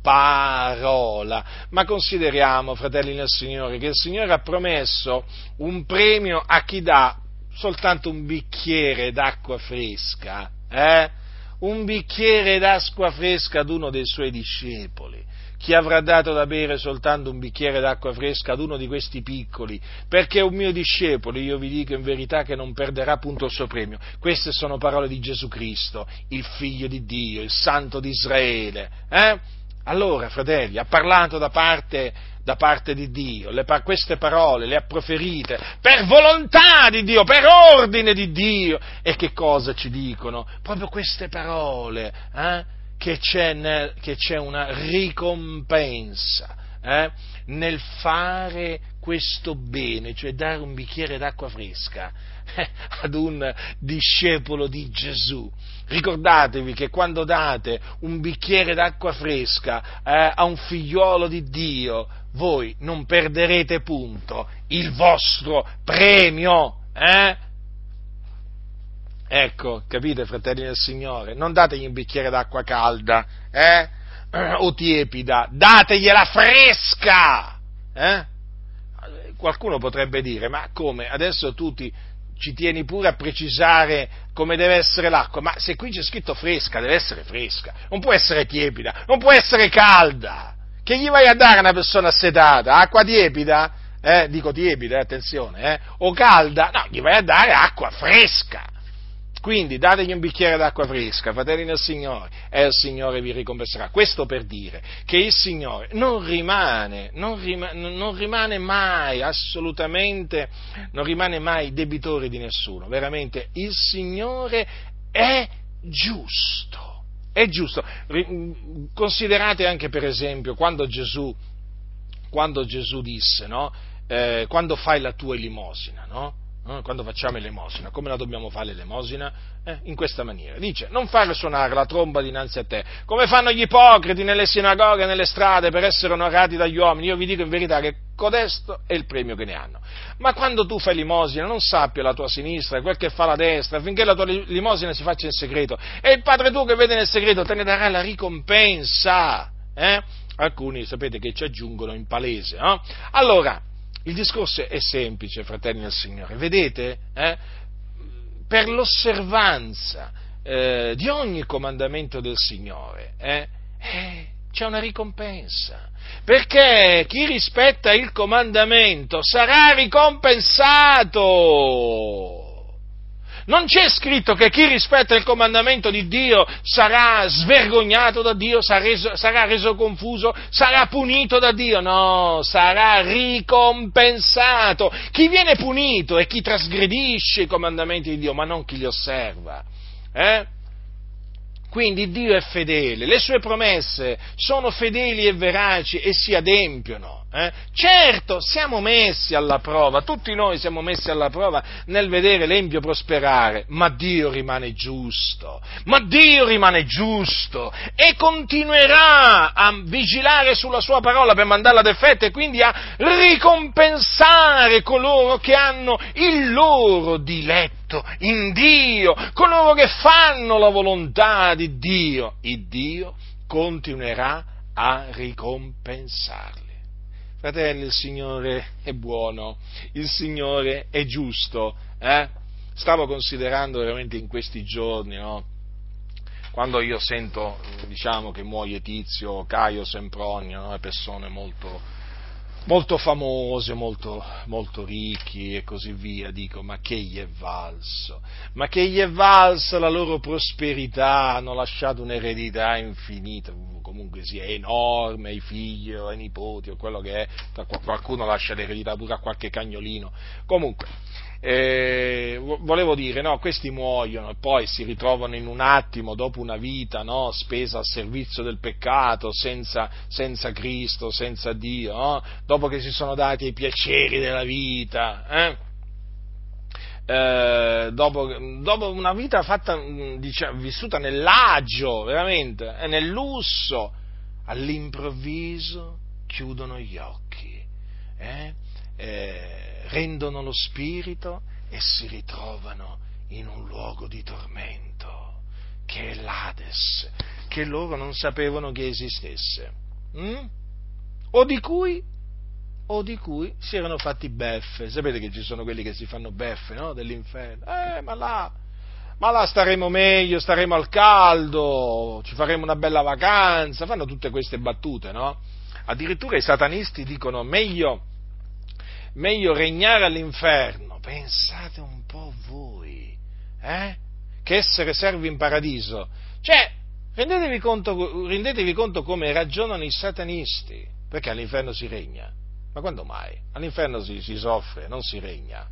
parola, ma consideriamo, fratelli nel Signore, che il Signore ha promesso un premio a chi dà soltanto un bicchiere d'acqua fresca, eh? Un bicchiere d'acqua fresca ad uno dei Suoi discepoli. Chi avrà dato da bere soltanto un bicchiere d'acqua fresca ad uno di questi piccoli, perché è un mio discepolo, io vi dico in verità che non perderà punto il suo premio. Queste sono parole di Gesù Cristo, il Figlio di Dio, il Santo di Israele. Eh? Allora, fratelli, ha parlato da parte, da parte di Dio, le, queste parole le ha proferite per volontà di Dio, per ordine di Dio. E che cosa ci dicono? Proprio queste parole, eh? Che c'è, nel, che c'è una ricompensa eh, nel fare questo bene, cioè dare un bicchiere d'acqua fresca eh, ad un discepolo di Gesù. Ricordatevi che quando date un bicchiere d'acqua fresca eh, a un figliuolo di Dio, voi non perderete punto il vostro premio, eh? Ecco, capite, fratelli del Signore? Non dategli un bicchiere d'acqua calda, eh? O tiepida, dategliela fresca, eh? Qualcuno potrebbe dire, ma come? Adesso tu ti, ci tieni pure a precisare come deve essere l'acqua, ma se qui c'è scritto fresca, deve essere fresca, non può essere tiepida, non può essere calda. Che gli vai a dare a una persona assetata? Acqua tiepida? Eh? Dico tiepida, attenzione, eh? O calda? No, gli vai a dare acqua fresca. Quindi dategli un bicchiere d'acqua fresca, fratelli del Signore, e il Signore vi ricompenserà. Questo per dire che il Signore non rimane, non rimane, non rimane mai, assolutamente, non rimane mai debitore di nessuno. Veramente, il Signore è giusto, è giusto. Considerate anche, per esempio, quando Gesù, quando Gesù disse, no? Eh, quando fai la tua elemosina, no? Quando facciamo l'elemosina, come la dobbiamo fare l'elemosina? Eh, in questa maniera, dice, non fare suonare la tromba dinanzi a te, come fanno gli ipocriti nelle sinagoghe, nelle strade, per essere onorati dagli uomini. Io vi dico in verità che codesto è il premio che ne hanno. Ma quando tu fai l'elemosina, non sappia la tua sinistra quel che fa la destra, affinché la tua l'elemosina si faccia in segreto, e il Padre tuo che vede nel segreto te ne darà la ricompensa. Eh? Alcuni sapete che ci aggiungono in palese, no? Allora, il discorso è semplice, fratelli del Signore, vedete? Eh? Per l'osservanza eh, di ogni comandamento del Signore eh, eh, c'è una ricompensa, perché chi rispetta il comandamento sarà ricompensato. Non c'è scritto che chi rispetta il comandamento di Dio sarà svergognato da Dio, sarà reso, sarà reso confuso, sarà punito da Dio. No, sarà ricompensato. Chi viene punito è chi trasgredisce i comandamenti di Dio, ma non chi li osserva. Eh? Quindi Dio è fedele, le sue promesse sono fedeli e veraci e si adempiono. Eh? Certo, siamo messi alla prova, tutti noi siamo messi alla prova nel vedere l'empio prosperare, ma Dio rimane giusto, ma Dio rimane giusto e continuerà a vigilare sulla sua parola per mandarla ad effetto e quindi a ricompensare coloro che hanno il loro diletto in Dio, coloro che fanno la volontà di Dio. Il Dio continuerà a ricompensarli. Fratelli, il Signore è buono, il Signore è giusto. Eh? Stavo considerando veramente in questi giorni, no? quando io sento, diciamo, che muoie Tizio, Caio, Sempronio, no? Persone molto, molto famose, molto, molto ricchi e così via, dico, ma che gli è valso? Ma che gli è valsa la loro prosperità? Hanno lasciato un'eredità infinita, comunque sia enorme ai figli o ai nipoti o quello che è, qualcuno lascia l'eredità pure a qualche cagnolino, comunque. Eh, volevo dire, no, questi muoiono e poi si ritrovano in un attimo, dopo una vita, no, spesa al servizio del peccato, senza, senza Cristo, senza Dio, no? Dopo che si sono dati ai piaceri della vita, eh? Eh, dopo, dopo una vita fatta, diciamo, vissuta nell'agio, veramente, e nel lusso, all'improvviso chiudono gli occhi, eh? Eh, rendono lo spirito e si ritrovano in un luogo di tormento, che è l'Ades, che loro non sapevano che esistesse, mm? o di cui o di cui si erano fatti beffe. Sapete che ci sono quelli che si fanno beffe, no? Dell'inferno. Eh, ma là, ma là staremo meglio, staremo al caldo, ci faremo una bella vacanza, fanno tutte queste battute, no? Addirittura i satanisti dicono meglio, meglio regnare all'inferno, pensate un po' voi, eh? Che essere servi in paradiso. Cioè, rendetevi conto, rendetevi conto come ragionano i satanisti, perché all'inferno si regna. Ma quando mai? All'inferno si, si soffre, non si regna.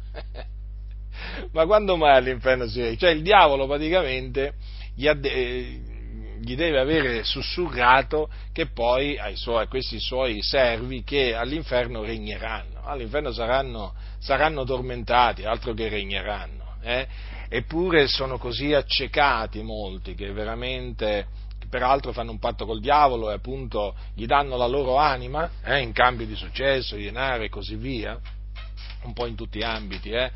Ma quando mai all'inferno si regna? Cioè il diavolo praticamente gli, adde, gli deve avere sussurrato che poi ai suoi, a questi suoi servi che all'inferno regneranno. All'inferno saranno, saranno tormentati, altro che regneranno. Eh? Eppure sono così accecati molti che veramente... peraltro fanno un patto col diavolo e appunto gli danno la loro anima eh, in cambio di successo, di denaro e così via, un po' in tutti gli ambiti, eh,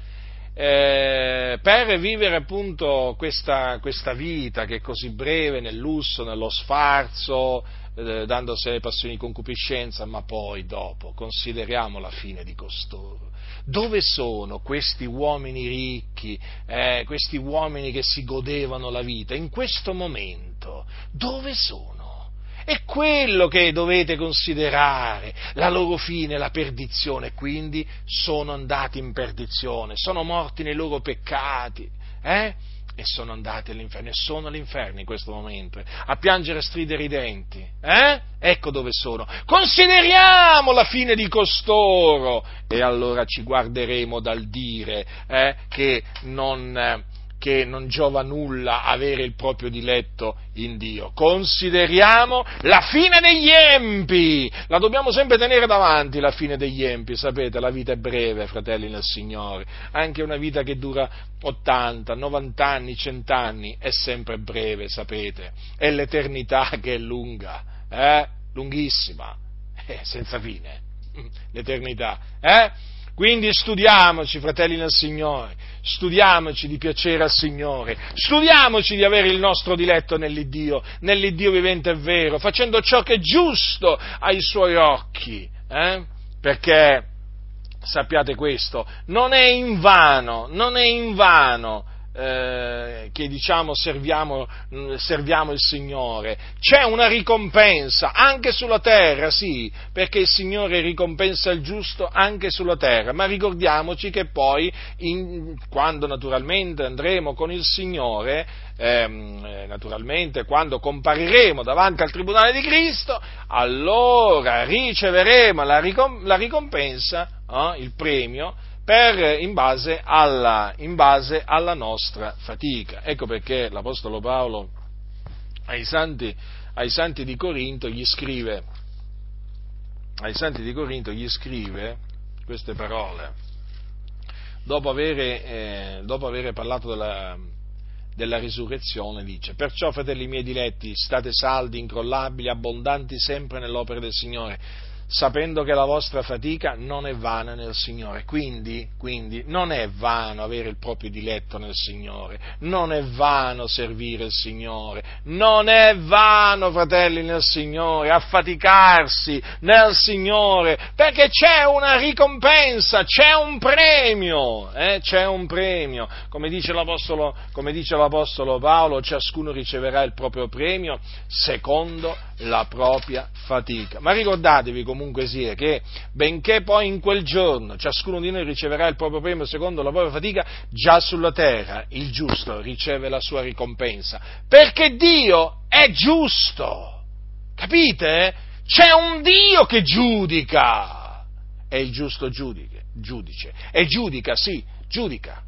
eh, per vivere appunto questa, questa vita che è così breve nel lusso, nello sfarzo, eh, dandosi alle passioni di concupiscenza, ma poi dopo consideriamo la fine di costoro. Dove sono questi uomini ricchi, eh, questi uomini che si godevano la vita? In questo momento, dove sono? È quello che dovete considerare, la loro fine, la perdizione, quindi sono andati in perdizione, sono morti nei loro peccati, eh? E sono andati all'inferno, e sono all'inferno in questo momento, eh? A piangere e stridere i denti, eh? Ecco dove sono. Consideriamo la fine di costoro, e allora ci guarderemo dal dire eh, che non... Eh, che non giova nulla avere il proprio diletto in Dio. Consideriamo la fine degli empi, la dobbiamo sempre tenere davanti, la fine degli empi, sapete, la vita è breve, fratelli nel Signore, anche una vita che dura ottanta, novanta anni, cento anni, è sempre breve, sapete, è l'eternità che è lunga, eh? lunghissima, eh, senza fine, l'eternità, eh? Quindi studiamoci, fratelli nel Signore, studiamoci di piacere al Signore, studiamoci di avere il nostro diletto nell'Iddio, nell'Iddio vivente e vero, facendo ciò che è giusto ai Suoi occhi, eh? Perché, sappiate questo, non è invano, non è invano eh, che diciamo serviamo, serviamo il Signore, c'è una ricompensa anche sulla terra, sì, perché il Signore ricompensa il giusto anche sulla terra, ma ricordiamoci che poi, in, quando naturalmente andremo con il Signore, ehm, naturalmente quando compariremo davanti al tribunale di Cristo, allora riceveremo la, ricom- la ricompensa, eh, il premio, per, in, base alla, in base alla nostra fatica. Ecco perché l'Apostolo Paolo ai santi, ai santi di Corinto gli scrive, ai santi di Corinto gli scrive queste parole, dopo avere, eh, dopo avere parlato della, della risurrezione, dice: perciò, fratelli miei diletti, state saldi, incrollabili, abbondanti sempre nell'opera del Signore, sapendo che la vostra fatica non è vana nel Signore. Quindi, quindi non è vano avere il proprio diletto nel Signore, non è vano servire il Signore, non è vano, fratelli, nel Signore, affaticarsi nel Signore, perché c'è una ricompensa, c'è un premio, eh? c'è un premio. Come dice l'Apostolo, come dice l'Apostolo Paolo, ciascuno riceverà il proprio premio secondo la propria fatica. Ma ricordatevi comunque sia che, benché poi in quel giorno ciascuno di noi riceverà il proprio premio secondo la propria fatica, già sulla terra il giusto riceve la sua ricompensa, perché Dio è giusto, capite? C'è un Dio che giudica, è il giusto giudice, giudice, e giudica, sì, giudica,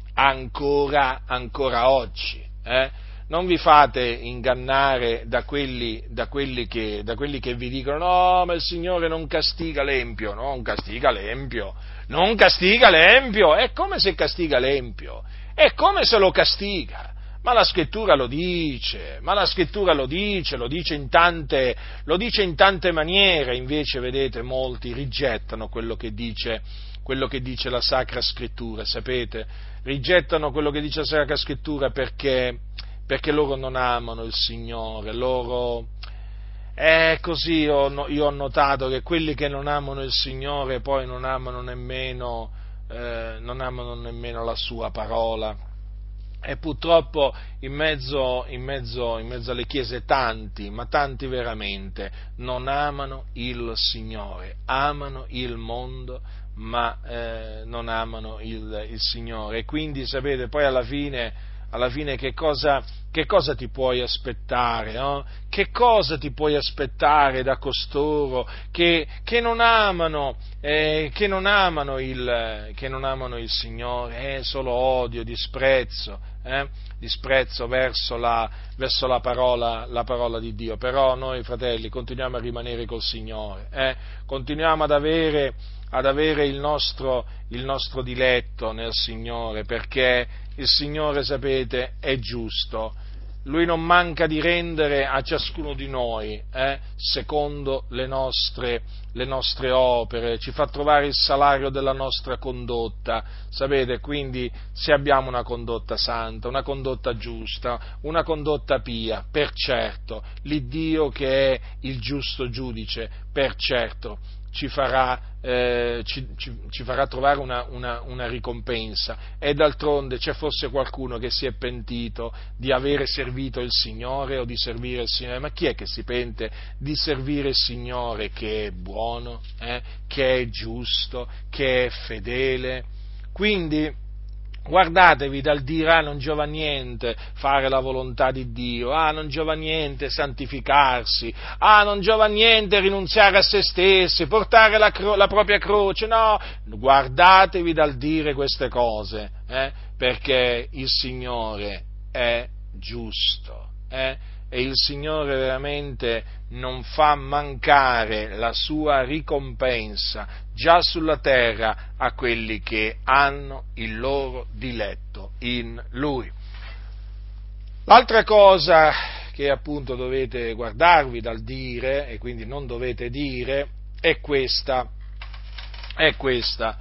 ancora, ancora oggi, eh? Non vi fate ingannare da quelli, da, quelli che, da quelli che vi dicono no, ma il Signore non castiga l'empio, no, non castiga l'empio, non castiga l'empio, è come se castiga l'empio, è come se lo castiga, ma la Scrittura lo dice, ma la Scrittura lo dice, lo dice in tante, lo dice in tante maniere, invece vedete molti rigettano quello che dice, quello che dice la Sacra Scrittura, sapete, rigettano quello che dice la Sacra Scrittura perché perché loro non amano il Signore, loro, è così, io, io ho notato che quelli che non amano il Signore poi non amano nemmeno, eh, non amano nemmeno la sua parola, e purtroppo in mezzo, in mezzo, in mezzo alle chiese tanti, ma tanti veramente, non amano il Signore, amano il mondo, ma eh, non amano il, il Signore, e quindi sapete, poi alla fine, alla fine che cosa, che cosa ti puoi aspettare, no? Che cosa ti puoi aspettare da costoro che, che non amano, eh, che non amano il, che non amano il Signore, eh, solo odio, disprezzo, eh? disprezzo verso la, verso la parola, la parola di Dio. Però noi, fratelli, continuiamo a rimanere col Signore, eh? continuiamo ad avere, ad avere il nostro, il nostro diletto nel Signore, perché il Signore, sapete, è giusto. Lui non manca di rendere a ciascuno di noi, eh, secondo le nostre, le nostre opere, ci fa trovare il salario della nostra condotta, sapete, quindi se abbiamo una condotta santa, una condotta giusta, una condotta pia, per certo, l'Iddio che è il giusto giudice, per certo, ci farà, eh, ci, ci, ci farà trovare una, una, una ricompensa. E d'altronde c'è forse qualcuno che si è pentito di avere servito il Signore o di servire il Signore? Ma chi è che si pente di servire il Signore che è buono, eh? che è giusto, che è fedele? Quindi guardatevi dal dire ah non giova niente fare la volontà di Dio, ah non giova niente santificarsi, ah non giova niente rinunziare a se stessi, portare la, cro- la propria croce, no, guardatevi dal dire queste cose, eh, perché il Signore è giusto, eh, e il Signore veramente non fa mancare la sua ricompensa già sulla terra a quelli che hanno il loro diletto in Lui. L'altra cosa che appunto dovete guardarvi dal dire, e quindi non dovete dire, è questa, è questa.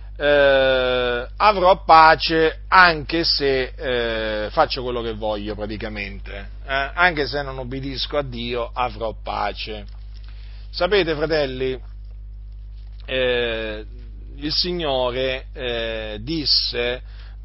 Eh, avrò pace anche se eh, faccio quello che voglio praticamente, eh? anche se non obbedisco a Dio avrò pace. Sapete, fratelli, eh, il Signore eh, disse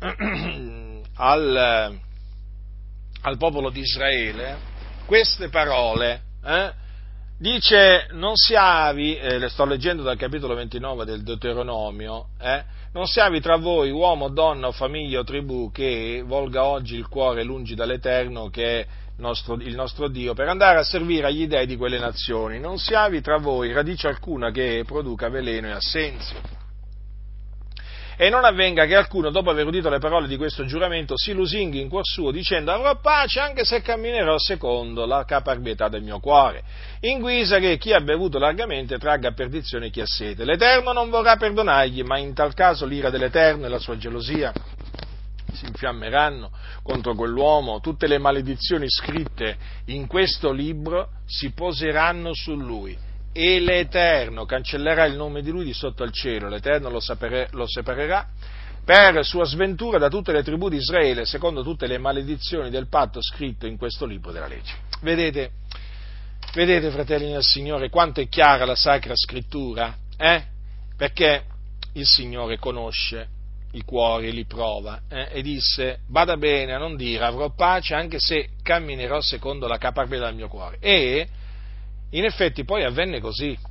al, al popolo di Israele queste parole, eh? Dice, non siavi, eh, le sto leggendo dal capitolo ventinove del Deuteronomio, eh, non siavi tra voi uomo, donna o famiglia o tribù che volga oggi il cuore lungi dall'Eterno che è nostro, il nostro Dio per andare a servire agli dei di quelle nazioni, non siavi tra voi radice alcuna che produca veleno e assenzio. E non avvenga che alcuno, dopo aver udito le parole di questo giuramento, si lusinghi in cuor suo, dicendo avrò pace anche se camminerò secondo la caparbietà del mio cuore, in guisa che chi ha bevuto largamente tragga a perdizione chi ha sete. L'Eterno non vorrà perdonargli, ma in tal caso l'ira dell'Eterno e la sua gelosia si infiammeranno contro quell'uomo, tutte le maledizioni scritte in questo libro si poseranno su lui e l'Eterno cancellerà il nome di lui di sotto al cielo, l'Eterno lo, sapere, lo separerà per sua sventura da tutte le tribù di Israele, secondo tutte le maledizioni del patto scritto in questo libro della legge. Vedete, vedete fratelli del Signore, quanto è chiara la Sacra Scrittura? Eh? Perché il Signore conosce i cuori, li prova, eh? E disse: bada bene a non dire avrò pace anche se camminerò secondo la caparbietà del mio cuore. E in effetti poi avvenne così.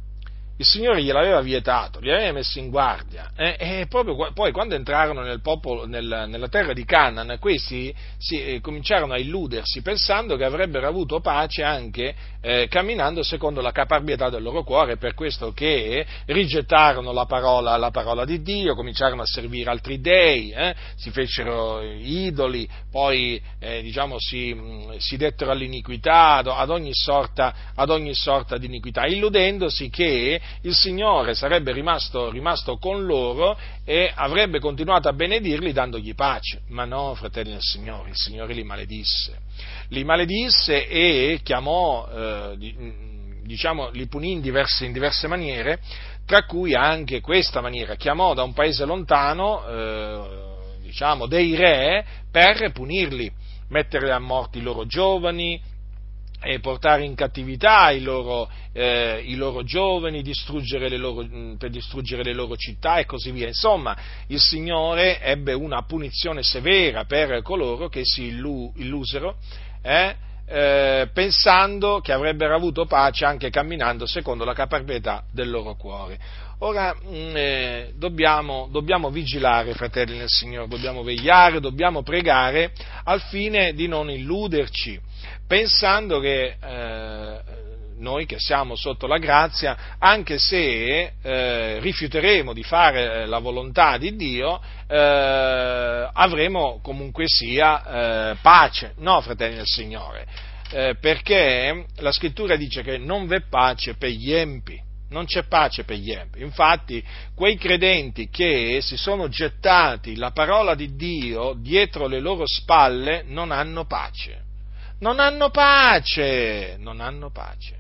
Il Signore gliel'aveva vietato, li aveva messi in guardia, eh, e proprio poi quando entrarono nel popolo, nel, nella terra di Canaan, questi si, eh, cominciarono a illudersi pensando che avrebbero avuto pace anche eh, camminando secondo la caparbietà del loro cuore, per questo che rigettarono la parola, la parola di Dio, cominciarono a servire altri dei, eh, si fecero idoli, poi eh, diciamo si, si dettero all'iniquità, ad ogni sorta, ad ogni sorta di iniquità, illudendosi che il Signore sarebbe rimasto, rimasto con loro e avrebbe continuato a benedirli dandogli pace. Ma no, fratelli del Signore, il Signore li maledisse. Li maledisse e chiamò, eh, diciamo, li punì in diverse, in diverse maniere, tra cui anche questa maniera. Chiamò da un paese lontano, eh, diciamo, dei re per punirli, mettere a morte i loro giovani, e portare in cattività i loro, eh, i loro giovani, distruggere le loro, per distruggere le loro città e così via. Insomma, il Signore ebbe una punizione severa per coloro che si illu, illusero, eh, eh, pensando che avrebbero avuto pace anche camminando secondo la caparbietà del loro cuore. Ora, mh, eh, dobbiamo, dobbiamo vigilare, fratelli nel Signore, dobbiamo vegliare, dobbiamo pregare al fine di non illuderci, pensando che eh, noi che siamo sotto la grazia, anche se eh, rifiuteremo di fare la volontà di Dio, eh, avremo comunque sia eh, pace. No, fratelli del Signore, eh, perché la Scrittura dice che non v'è pace per gli empi. Non c'è pace per gli empi. Infatti, quei credenti che si sono gettati la parola di Dio dietro le loro spalle non hanno pace. Non hanno pace, non hanno pace.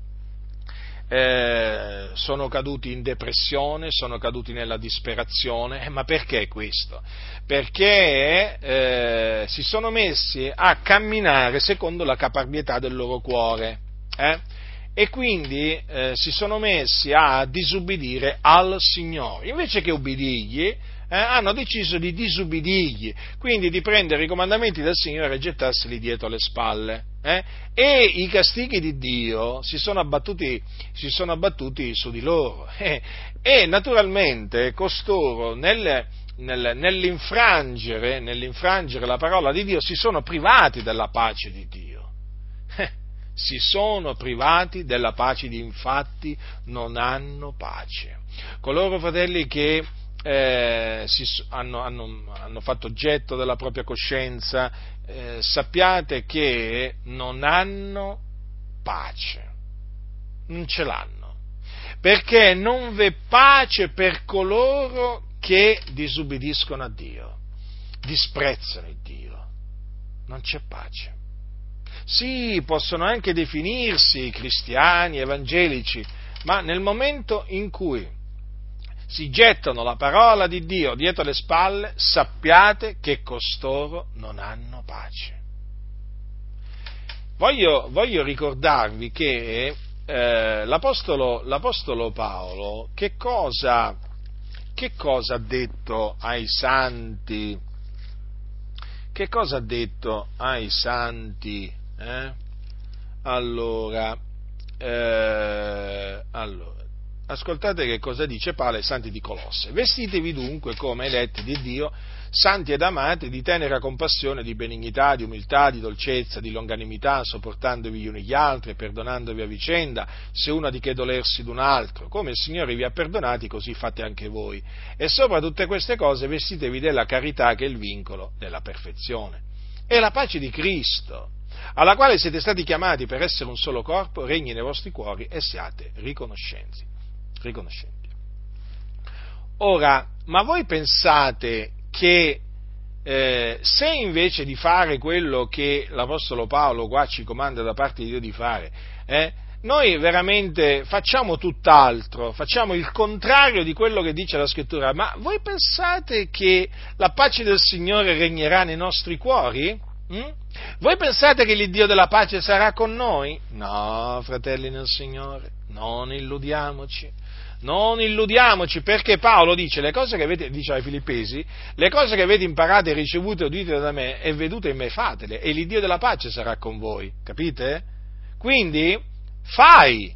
Eh, sono caduti in depressione, sono caduti nella disperazione. Eh, ma perché questo? Perché eh, si sono messi a camminare secondo la caparbietà del loro cuore, eh? E quindi eh, si sono messi a disubbidire al Signore, invece che ubbidirgli. Eh, hanno deciso di disubbidirgli, quindi di prendere i comandamenti del Signore e gettarseli dietro le spalle. Eh? E i castighi di Dio si sono abbattuti, si sono abbattuti su di loro. Eh? E naturalmente costoro nel, nel, nell'infrangere, nell'infrangere la parola di Dio si sono privati della pace di Dio. Eh? Si sono privati della pace, di infatti non hanno pace. Coloro, fratelli, che Eh, si, hanno, hanno, hanno fatto oggetto della propria coscienza, eh, sappiate che non hanno pace, non ce l'hanno, perché non v'è pace per coloro che disubbidiscono a Dio, disprezzano il Dio, non c'è pace. Sì, possono anche definirsi cristiani, evangelici, ma nel momento in cui si gettano la parola di Dio dietro le spalle, sappiate che costoro non hanno pace. Voglio, voglio ricordarvi che eh, l'apostolo, l'apostolo Paolo che cosa, che cosa ha detto ai santi? Che cosa ha detto ai santi? Eh? Allora, eh, allora. Ascoltate che cosa dice Paolo ai santi di Colosse. Vestitevi dunque come eletti di Dio, santi ed amati, di tenera compassione, di benignità, di umiltà, di dolcezza, di longanimità, sopportandovi gli uni gli altri e perdonandovi a vicenda, se uno ha di che dolersi d'un altro. Come il Signore vi ha perdonati, così fate anche voi. E sopra tutte queste cose vestitevi della carità, che è il vincolo della perfezione. E la pace di Cristo, alla quale siete stati chiamati per essere un solo corpo, regni nei vostri cuori e siate riconoscenti. riconoscenti. Ora, ma voi pensate che eh, se invece di fare quello che l'Apostolo Paolo qua ci comanda da parte di Dio di fare, eh, noi veramente facciamo tutt'altro, facciamo il contrario di quello che dice la Scrittura. Ma voi pensate che la pace del Signore regnerà nei nostri cuori? Mm? Voi pensate che l'Iddio della pace sarà con noi? No, fratelli nel Signore, non illudiamoci. Non illudiamoci, perché Paolo dice, le cose che avete, dice ai Filippesi, le cose che avete imparate e ricevute e udite da me e vedute in me fatele, e l'Iddio della pace sarà con voi, capite? Quindi, fai,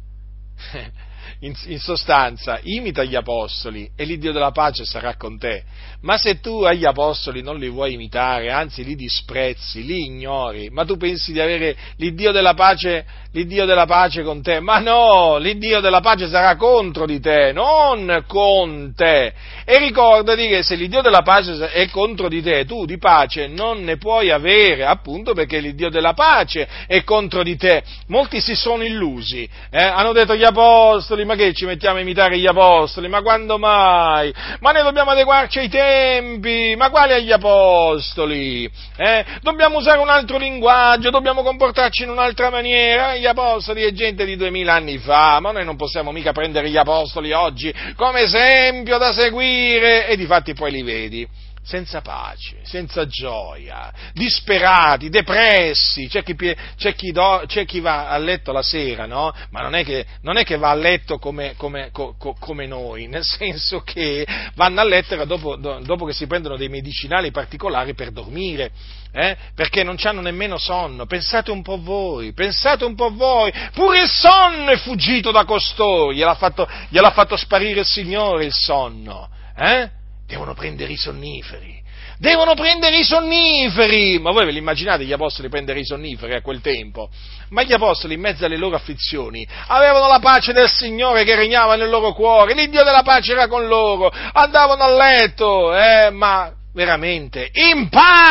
in, in sostanza, imita gli apostoli e l'Iddio della pace sarà con te. Ma se tu agli apostoli non li vuoi imitare, anzi li disprezzi, li ignori, ma tu pensi di avere l'Iddio della pace, l'Iddio della pace con te? Ma no, l'Iddio della pace sarà contro di te, non con te. E ricordati che se l'Iddio della pace è contro di te, tu di pace non ne puoi avere, appunto perché l'Iddio della pace è contro di te. Molti si sono illusi, eh? Hanno detto gli apostoli, ma che ci mettiamo a imitare gli apostoli? Ma quando mai? Ma ne dobbiamo adeguarci ai tempi? Ma quali agli apostoli? Eh? Dobbiamo usare un altro linguaggio, dobbiamo comportarci in un'altra maniera. Gli apostoli è gente di duemila anni fa, ma noi non possiamo mica prendere gli apostoli oggi come esempio da seguire, e difatti poi li vedi senza pace, senza gioia, disperati, depressi. C'è chi, c'è chi, do, c'è chi va a letto la sera, no? Ma non è che, non è che va a letto come, come, co, co, come noi, nel senso che vanno a letto dopo, dopo che si prendono dei medicinali particolari per dormire, eh? Perché non hanno nemmeno sonno. Pensate un po' voi, pensate un po' voi, pure il sonno è fuggito da costoro, gliel'ha fatto, gliel'ha fatto sparire il Signore il sonno, eh? Devono prendere i sonniferi, devono prendere i sonniferi, ma voi ve li immaginate gli apostoli prendere i sonniferi a quel tempo? Ma gli apostoli in mezzo alle loro afflizioni avevano la pace del Signore che regnava nel loro cuore, l'Iddio della pace era con loro, andavano a letto, eh, ma veramente in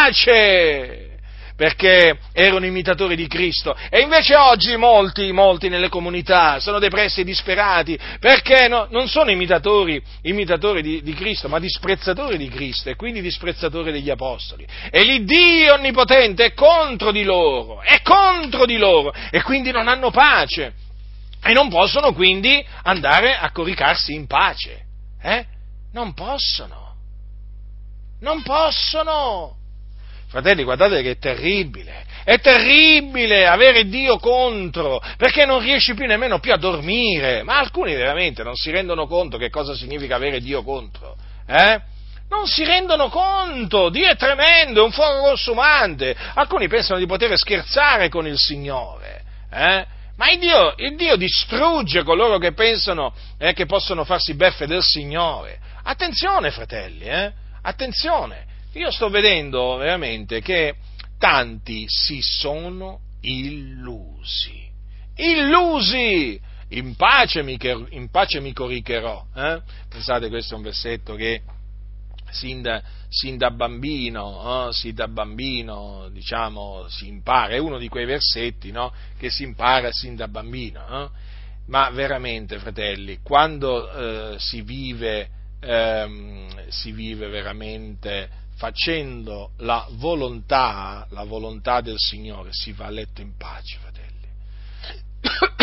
pace! Perché erano imitatori di Cristo. E invece oggi molti, molti nelle comunità sono depressi e disperati, perché no, non sono imitatori, imitatori di, di Cristo, ma disprezzatori di Cristo, e quindi disprezzatori degli apostoli. E l'Iddio onnipotente è contro di loro, è contro di loro, e quindi non hanno pace, e non possono quindi andare a coricarsi in pace. Eh? Non possono, non possono. Fratelli, guardate che è terribile, è terribile avere Dio contro, perché non riesci più nemmeno più a dormire, ma alcuni veramente non si rendono conto che cosa significa avere Dio contro, eh? Non si rendono conto, Dio è tremendo, è un fuoco consumante, alcuni pensano di poter scherzare con il Signore, eh? Ma il Dio, il Dio distrugge coloro che pensano eh, che possono farsi beffe del Signore. Attenzione, fratelli, eh? Attenzione. Io sto vedendo veramente che tanti si sono illusi, illusi, in pace mi, in pace mi coricherò, eh? Pensate, questo è un versetto che sin da, sin da bambino, eh? sin da bambino, diciamo, si impara, è uno di quei versetti, no? Che si impara sin da bambino, eh? Ma veramente, fratelli, quando eh, si vive, ehm, si vive veramente facendo la volontà, la volontà del Signore, si va a letto in pace, fratelli.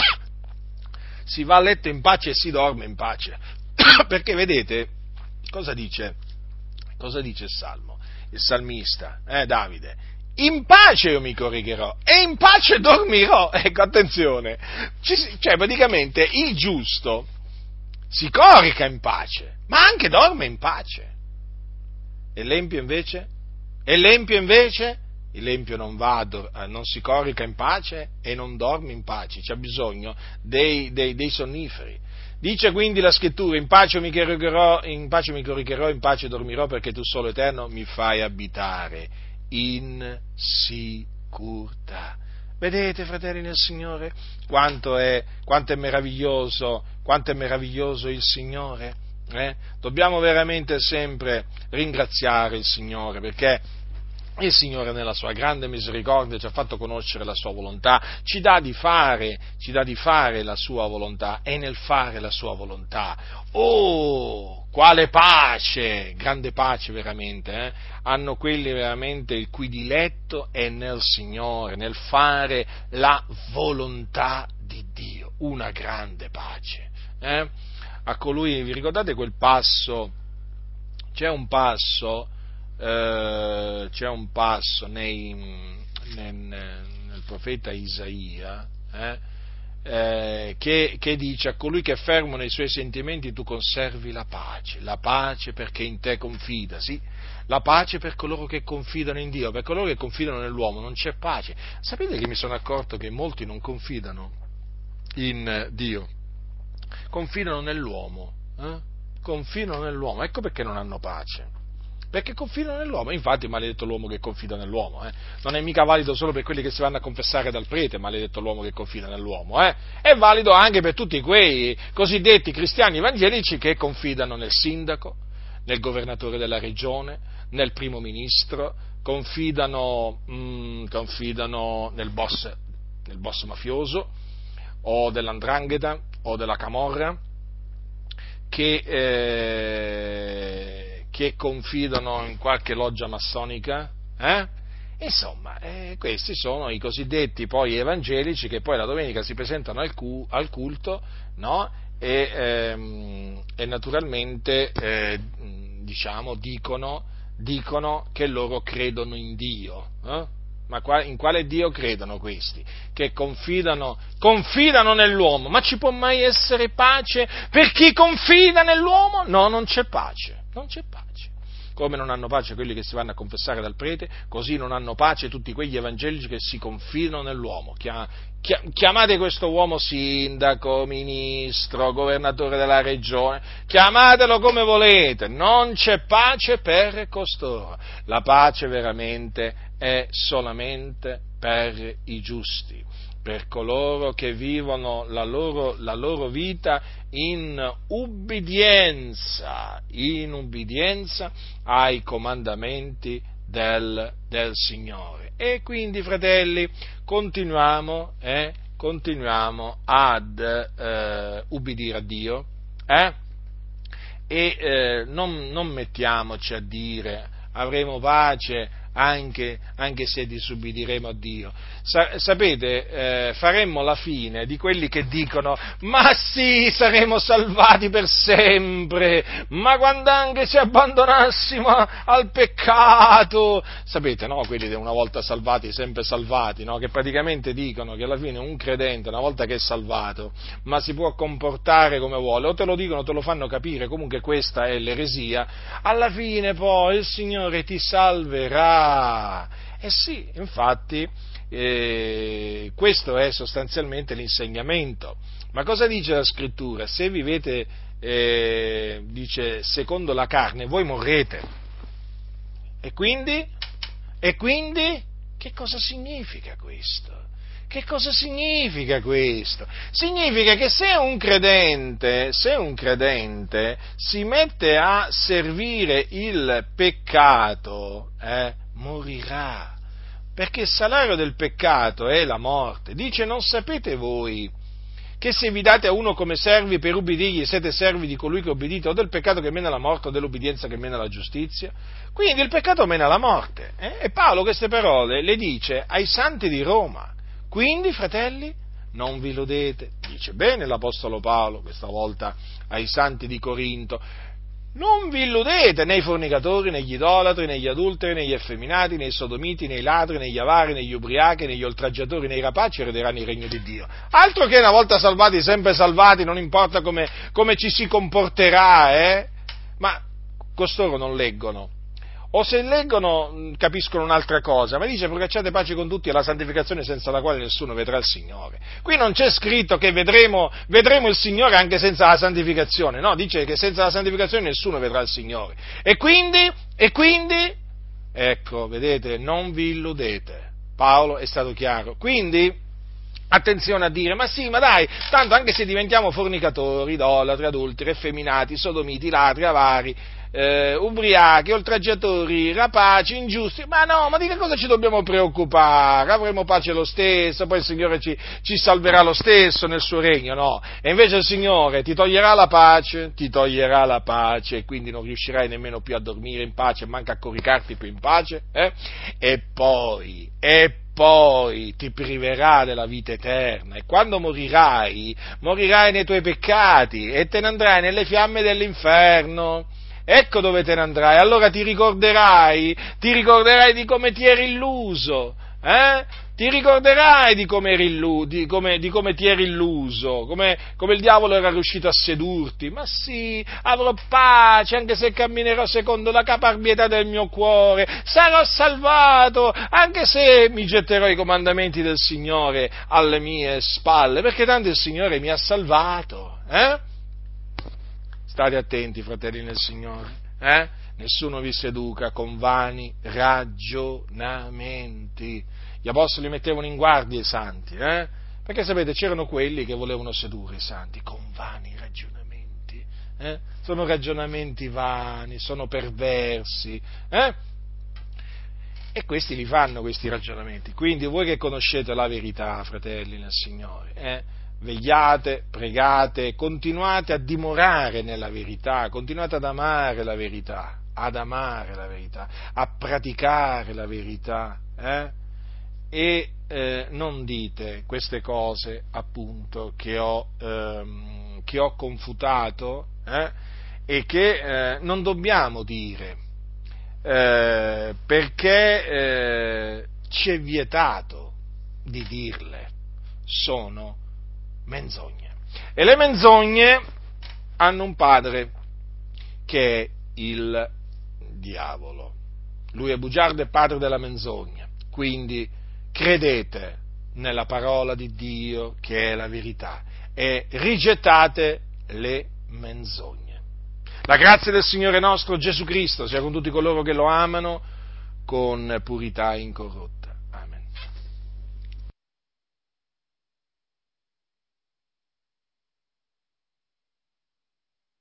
Si va a letto in pace e si dorme in pace. Perché vedete, cosa dice, cosa dice il Salmo? Il salmista, eh, Davide? In pace io mi corrigerò e in pace dormirò. Ecco, attenzione, Ci, cioè praticamente il giusto si corica in pace, ma anche dorme in pace. E l'empio invece? E l'empio invece? Il l'empio non va, non si corica in pace e non dorme in pace, c'ha bisogno dei, dei, dei sonniferi. Dice quindi la Scrittura: in pace mi coricherò, in pace mi coricherò, in pace dormirò, perché tu solo Eterno mi fai abitare in sicurtà. Vedete, fratelli nel Signore, quanto è, quanto è meraviglioso, quanto è meraviglioso il Signore? Eh? Dobbiamo veramente sempre ringraziare il Signore, perché il Signore nella sua grande misericordia ci ha fatto conoscere la sua volontà, ci dà di fare, ci dà di fare la sua volontà, e nel fare la sua volontà, oh, quale pace, grande pace veramente, eh? Hanno quelli veramente il cui diletto è nel Signore, nel fare la volontà di Dio, una grande pace. Eh? A colui, vi ricordate quel passo, c'è un passo, eh, c'è un passo nei, nel, nel profeta Isaia, eh? Eh, che, che dice: a colui che è fermo nei suoi sentimenti tu conservi la pace, la pace perché in te confida, sì, la pace per coloro che confidano in Dio, per coloro che confidano nell'uomo non c'è pace. Sapete che mi sono accorto che molti non confidano in Dio, confidano nell'uomo, eh? confidano nell'uomo, ecco perché non hanno pace. Perché confidano nell'uomo, infatti maledetto l'uomo che confida nell'uomo, eh? non è mica valido solo per quelli che si vanno a confessare dal prete, maledetto l'uomo che confida nell'uomo, eh? è valido anche per tutti quei cosiddetti cristiani evangelici che confidano nel sindaco, nel governatore della regione, nel primo ministro, confidano, mh, confidano nel boss, nel boss mafioso, o dell'andrangheta, o della camorra, che... Eh, che confidano in qualche loggia massonica, eh? Insomma, eh, questi sono i cosiddetti poi evangelici che poi la domenica si presentano al, cu- al culto, no? E, ehm, e naturalmente eh, diciamo dicono, dicono che loro credono in Dio, eh? Ma qua, in quale Dio credono questi? Che confidano, confidano nell'uomo, ma ci può mai essere pace per chi confida nell'uomo? No, non c'è pace. Non c'è pace. Come non hanno pace quelli che si vanno a confessare dal prete, così non hanno pace tutti quegli evangelici che si confidano nell'uomo. Chiamate questo uomo sindaco, ministro, governatore della regione, chiamatelo come volete, non c'è pace per costoro. La pace veramente è solamente per i giusti, per coloro che vivono la loro, la loro vita in ubbidienza, in ubbidienza ai comandamenti del, del Signore. E quindi, fratelli, continuiamo, eh, continuiamo ad eh, ubbidire a Dio, eh? e eh, non, non mettiamoci a dire avremo pace anche, anche se disubbidiremo a Dio. Sa, sapete, eh, faremmo la fine di quelli che dicono: ma sì, saremo salvati per sempre, ma quando anche se abbandonassimo al peccato. Sapete, no? Quelli una volta salvati, sempre salvati, no? Che praticamente dicono che alla fine un credente, una volta che è salvato, ma si può comportare come vuole, o te lo dicono, te lo fanno capire, comunque questa è l'eresia, alla fine poi il Signore ti salverà. Eh sì, infatti, eh, questo è sostanzialmente l'insegnamento. Ma cosa dice la Scrittura? Se vivete, eh, dice, secondo la carne, voi morrete. E quindi? E quindi? Che cosa significa questo? Che cosa significa questo? Significa che se un credente, se un credente si mette a servire il peccato, eh, morirà, perché il salario del peccato è la morte. Dice: non sapete voi che se vi date a uno come servi per ubbidirgli, siete servi di colui che obbedite, o del peccato che mena alla morte, o dell'obbedienza che mena alla giustizia? Quindi il peccato mena alla morte. Eh? E Paolo queste parole le dice ai santi di Roma. Quindi, fratelli, non vi illudete. Dice bene l'Apostolo Paolo, questa volta ai santi di Corinto: non vi illudete nei fornicatori, negli idolatri, negli adulteri, negli effeminati, nei sodomiti, nei ladri, negli avari, negli ubriachi, negli oltraggiatori, nei rapaci erederanno il regno di Dio. Altro che una volta salvati, sempre salvati, non importa come, come ci si comporterà, eh? Ma costoro non leggono. O se leggono capiscono un'altra cosa, ma dice: procacciate pace con tutti e la santificazione senza la quale nessuno vedrà il Signore. Qui non c'è scritto che vedremo, vedremo il Signore anche senza la santificazione, no, dice che senza la santificazione nessuno vedrà il Signore. E quindi, e quindi, ecco, vedete, non vi illudete, Paolo è stato chiaro. Quindi, attenzione a dire: ma sì, ma dai, tanto anche se diventiamo fornicatori, idolatri, adulteri, effeminati, sodomiti, ladri, avari, eh, ubriachi, oltraggiatori, rapaci, ingiusti, ma no, ma di che cosa ci dobbiamo preoccupare? Avremo pace lo stesso, poi il Signore ci, ci salverà lo stesso nel suo regno, no? E invece il Signore ti toglierà la pace, ti toglierà la pace, e quindi non riuscirai nemmeno più a dormire in pace, manca a coricarti più in pace, eh? E poi, e poi ti priverà della vita eterna, e quando morirai, morirai nei tuoi peccati e te ne andrai nelle fiamme dell'inferno. Ecco dove te ne andrai. Allora ti ricorderai, ti ricorderai di come ti eri illuso, eh? Ti ricorderai di come, eri illu- di come, di come ti eri illuso, come, come il diavolo era riuscito a sedurti. Ma sì, avrò pace anche se camminerò secondo la caparbietà del mio cuore, sarò salvato anche se mi getterò i comandamenti del Signore alle mie spalle, perché tanto il Signore mi ha salvato, eh? State attenti, fratelli nel Signore, eh? Nessuno vi seduca con vani ragionamenti. Gli apostoli mettevano in guardia i santi, eh? Perché sapete, c'erano quelli che volevano sedurre i santi con vani ragionamenti, eh? Sono ragionamenti vani, sono perversi, eh? E questi li fanno questi ragionamenti. Quindi voi che conoscete la verità, fratelli nel Signore, eh? Vegliate, pregate, continuate a dimorare nella verità, continuate ad amare la verità, ad amare la verità, a praticare la verità, eh? E eh, non dite queste cose, appunto, che ho, ehm, che ho confutato, eh? E che eh, non dobbiamo dire, eh, perché eh, ci è vietato di dirle, sono menzogne. E le menzogne hanno un padre che è il diavolo. Lui è bugiardo e padre della menzogna. Quindi credete nella parola di Dio, che è la verità, e rigettate le menzogne. La grazia del Signore nostro Gesù Cristo sia con tutti coloro che lo amano con purità incorrotta.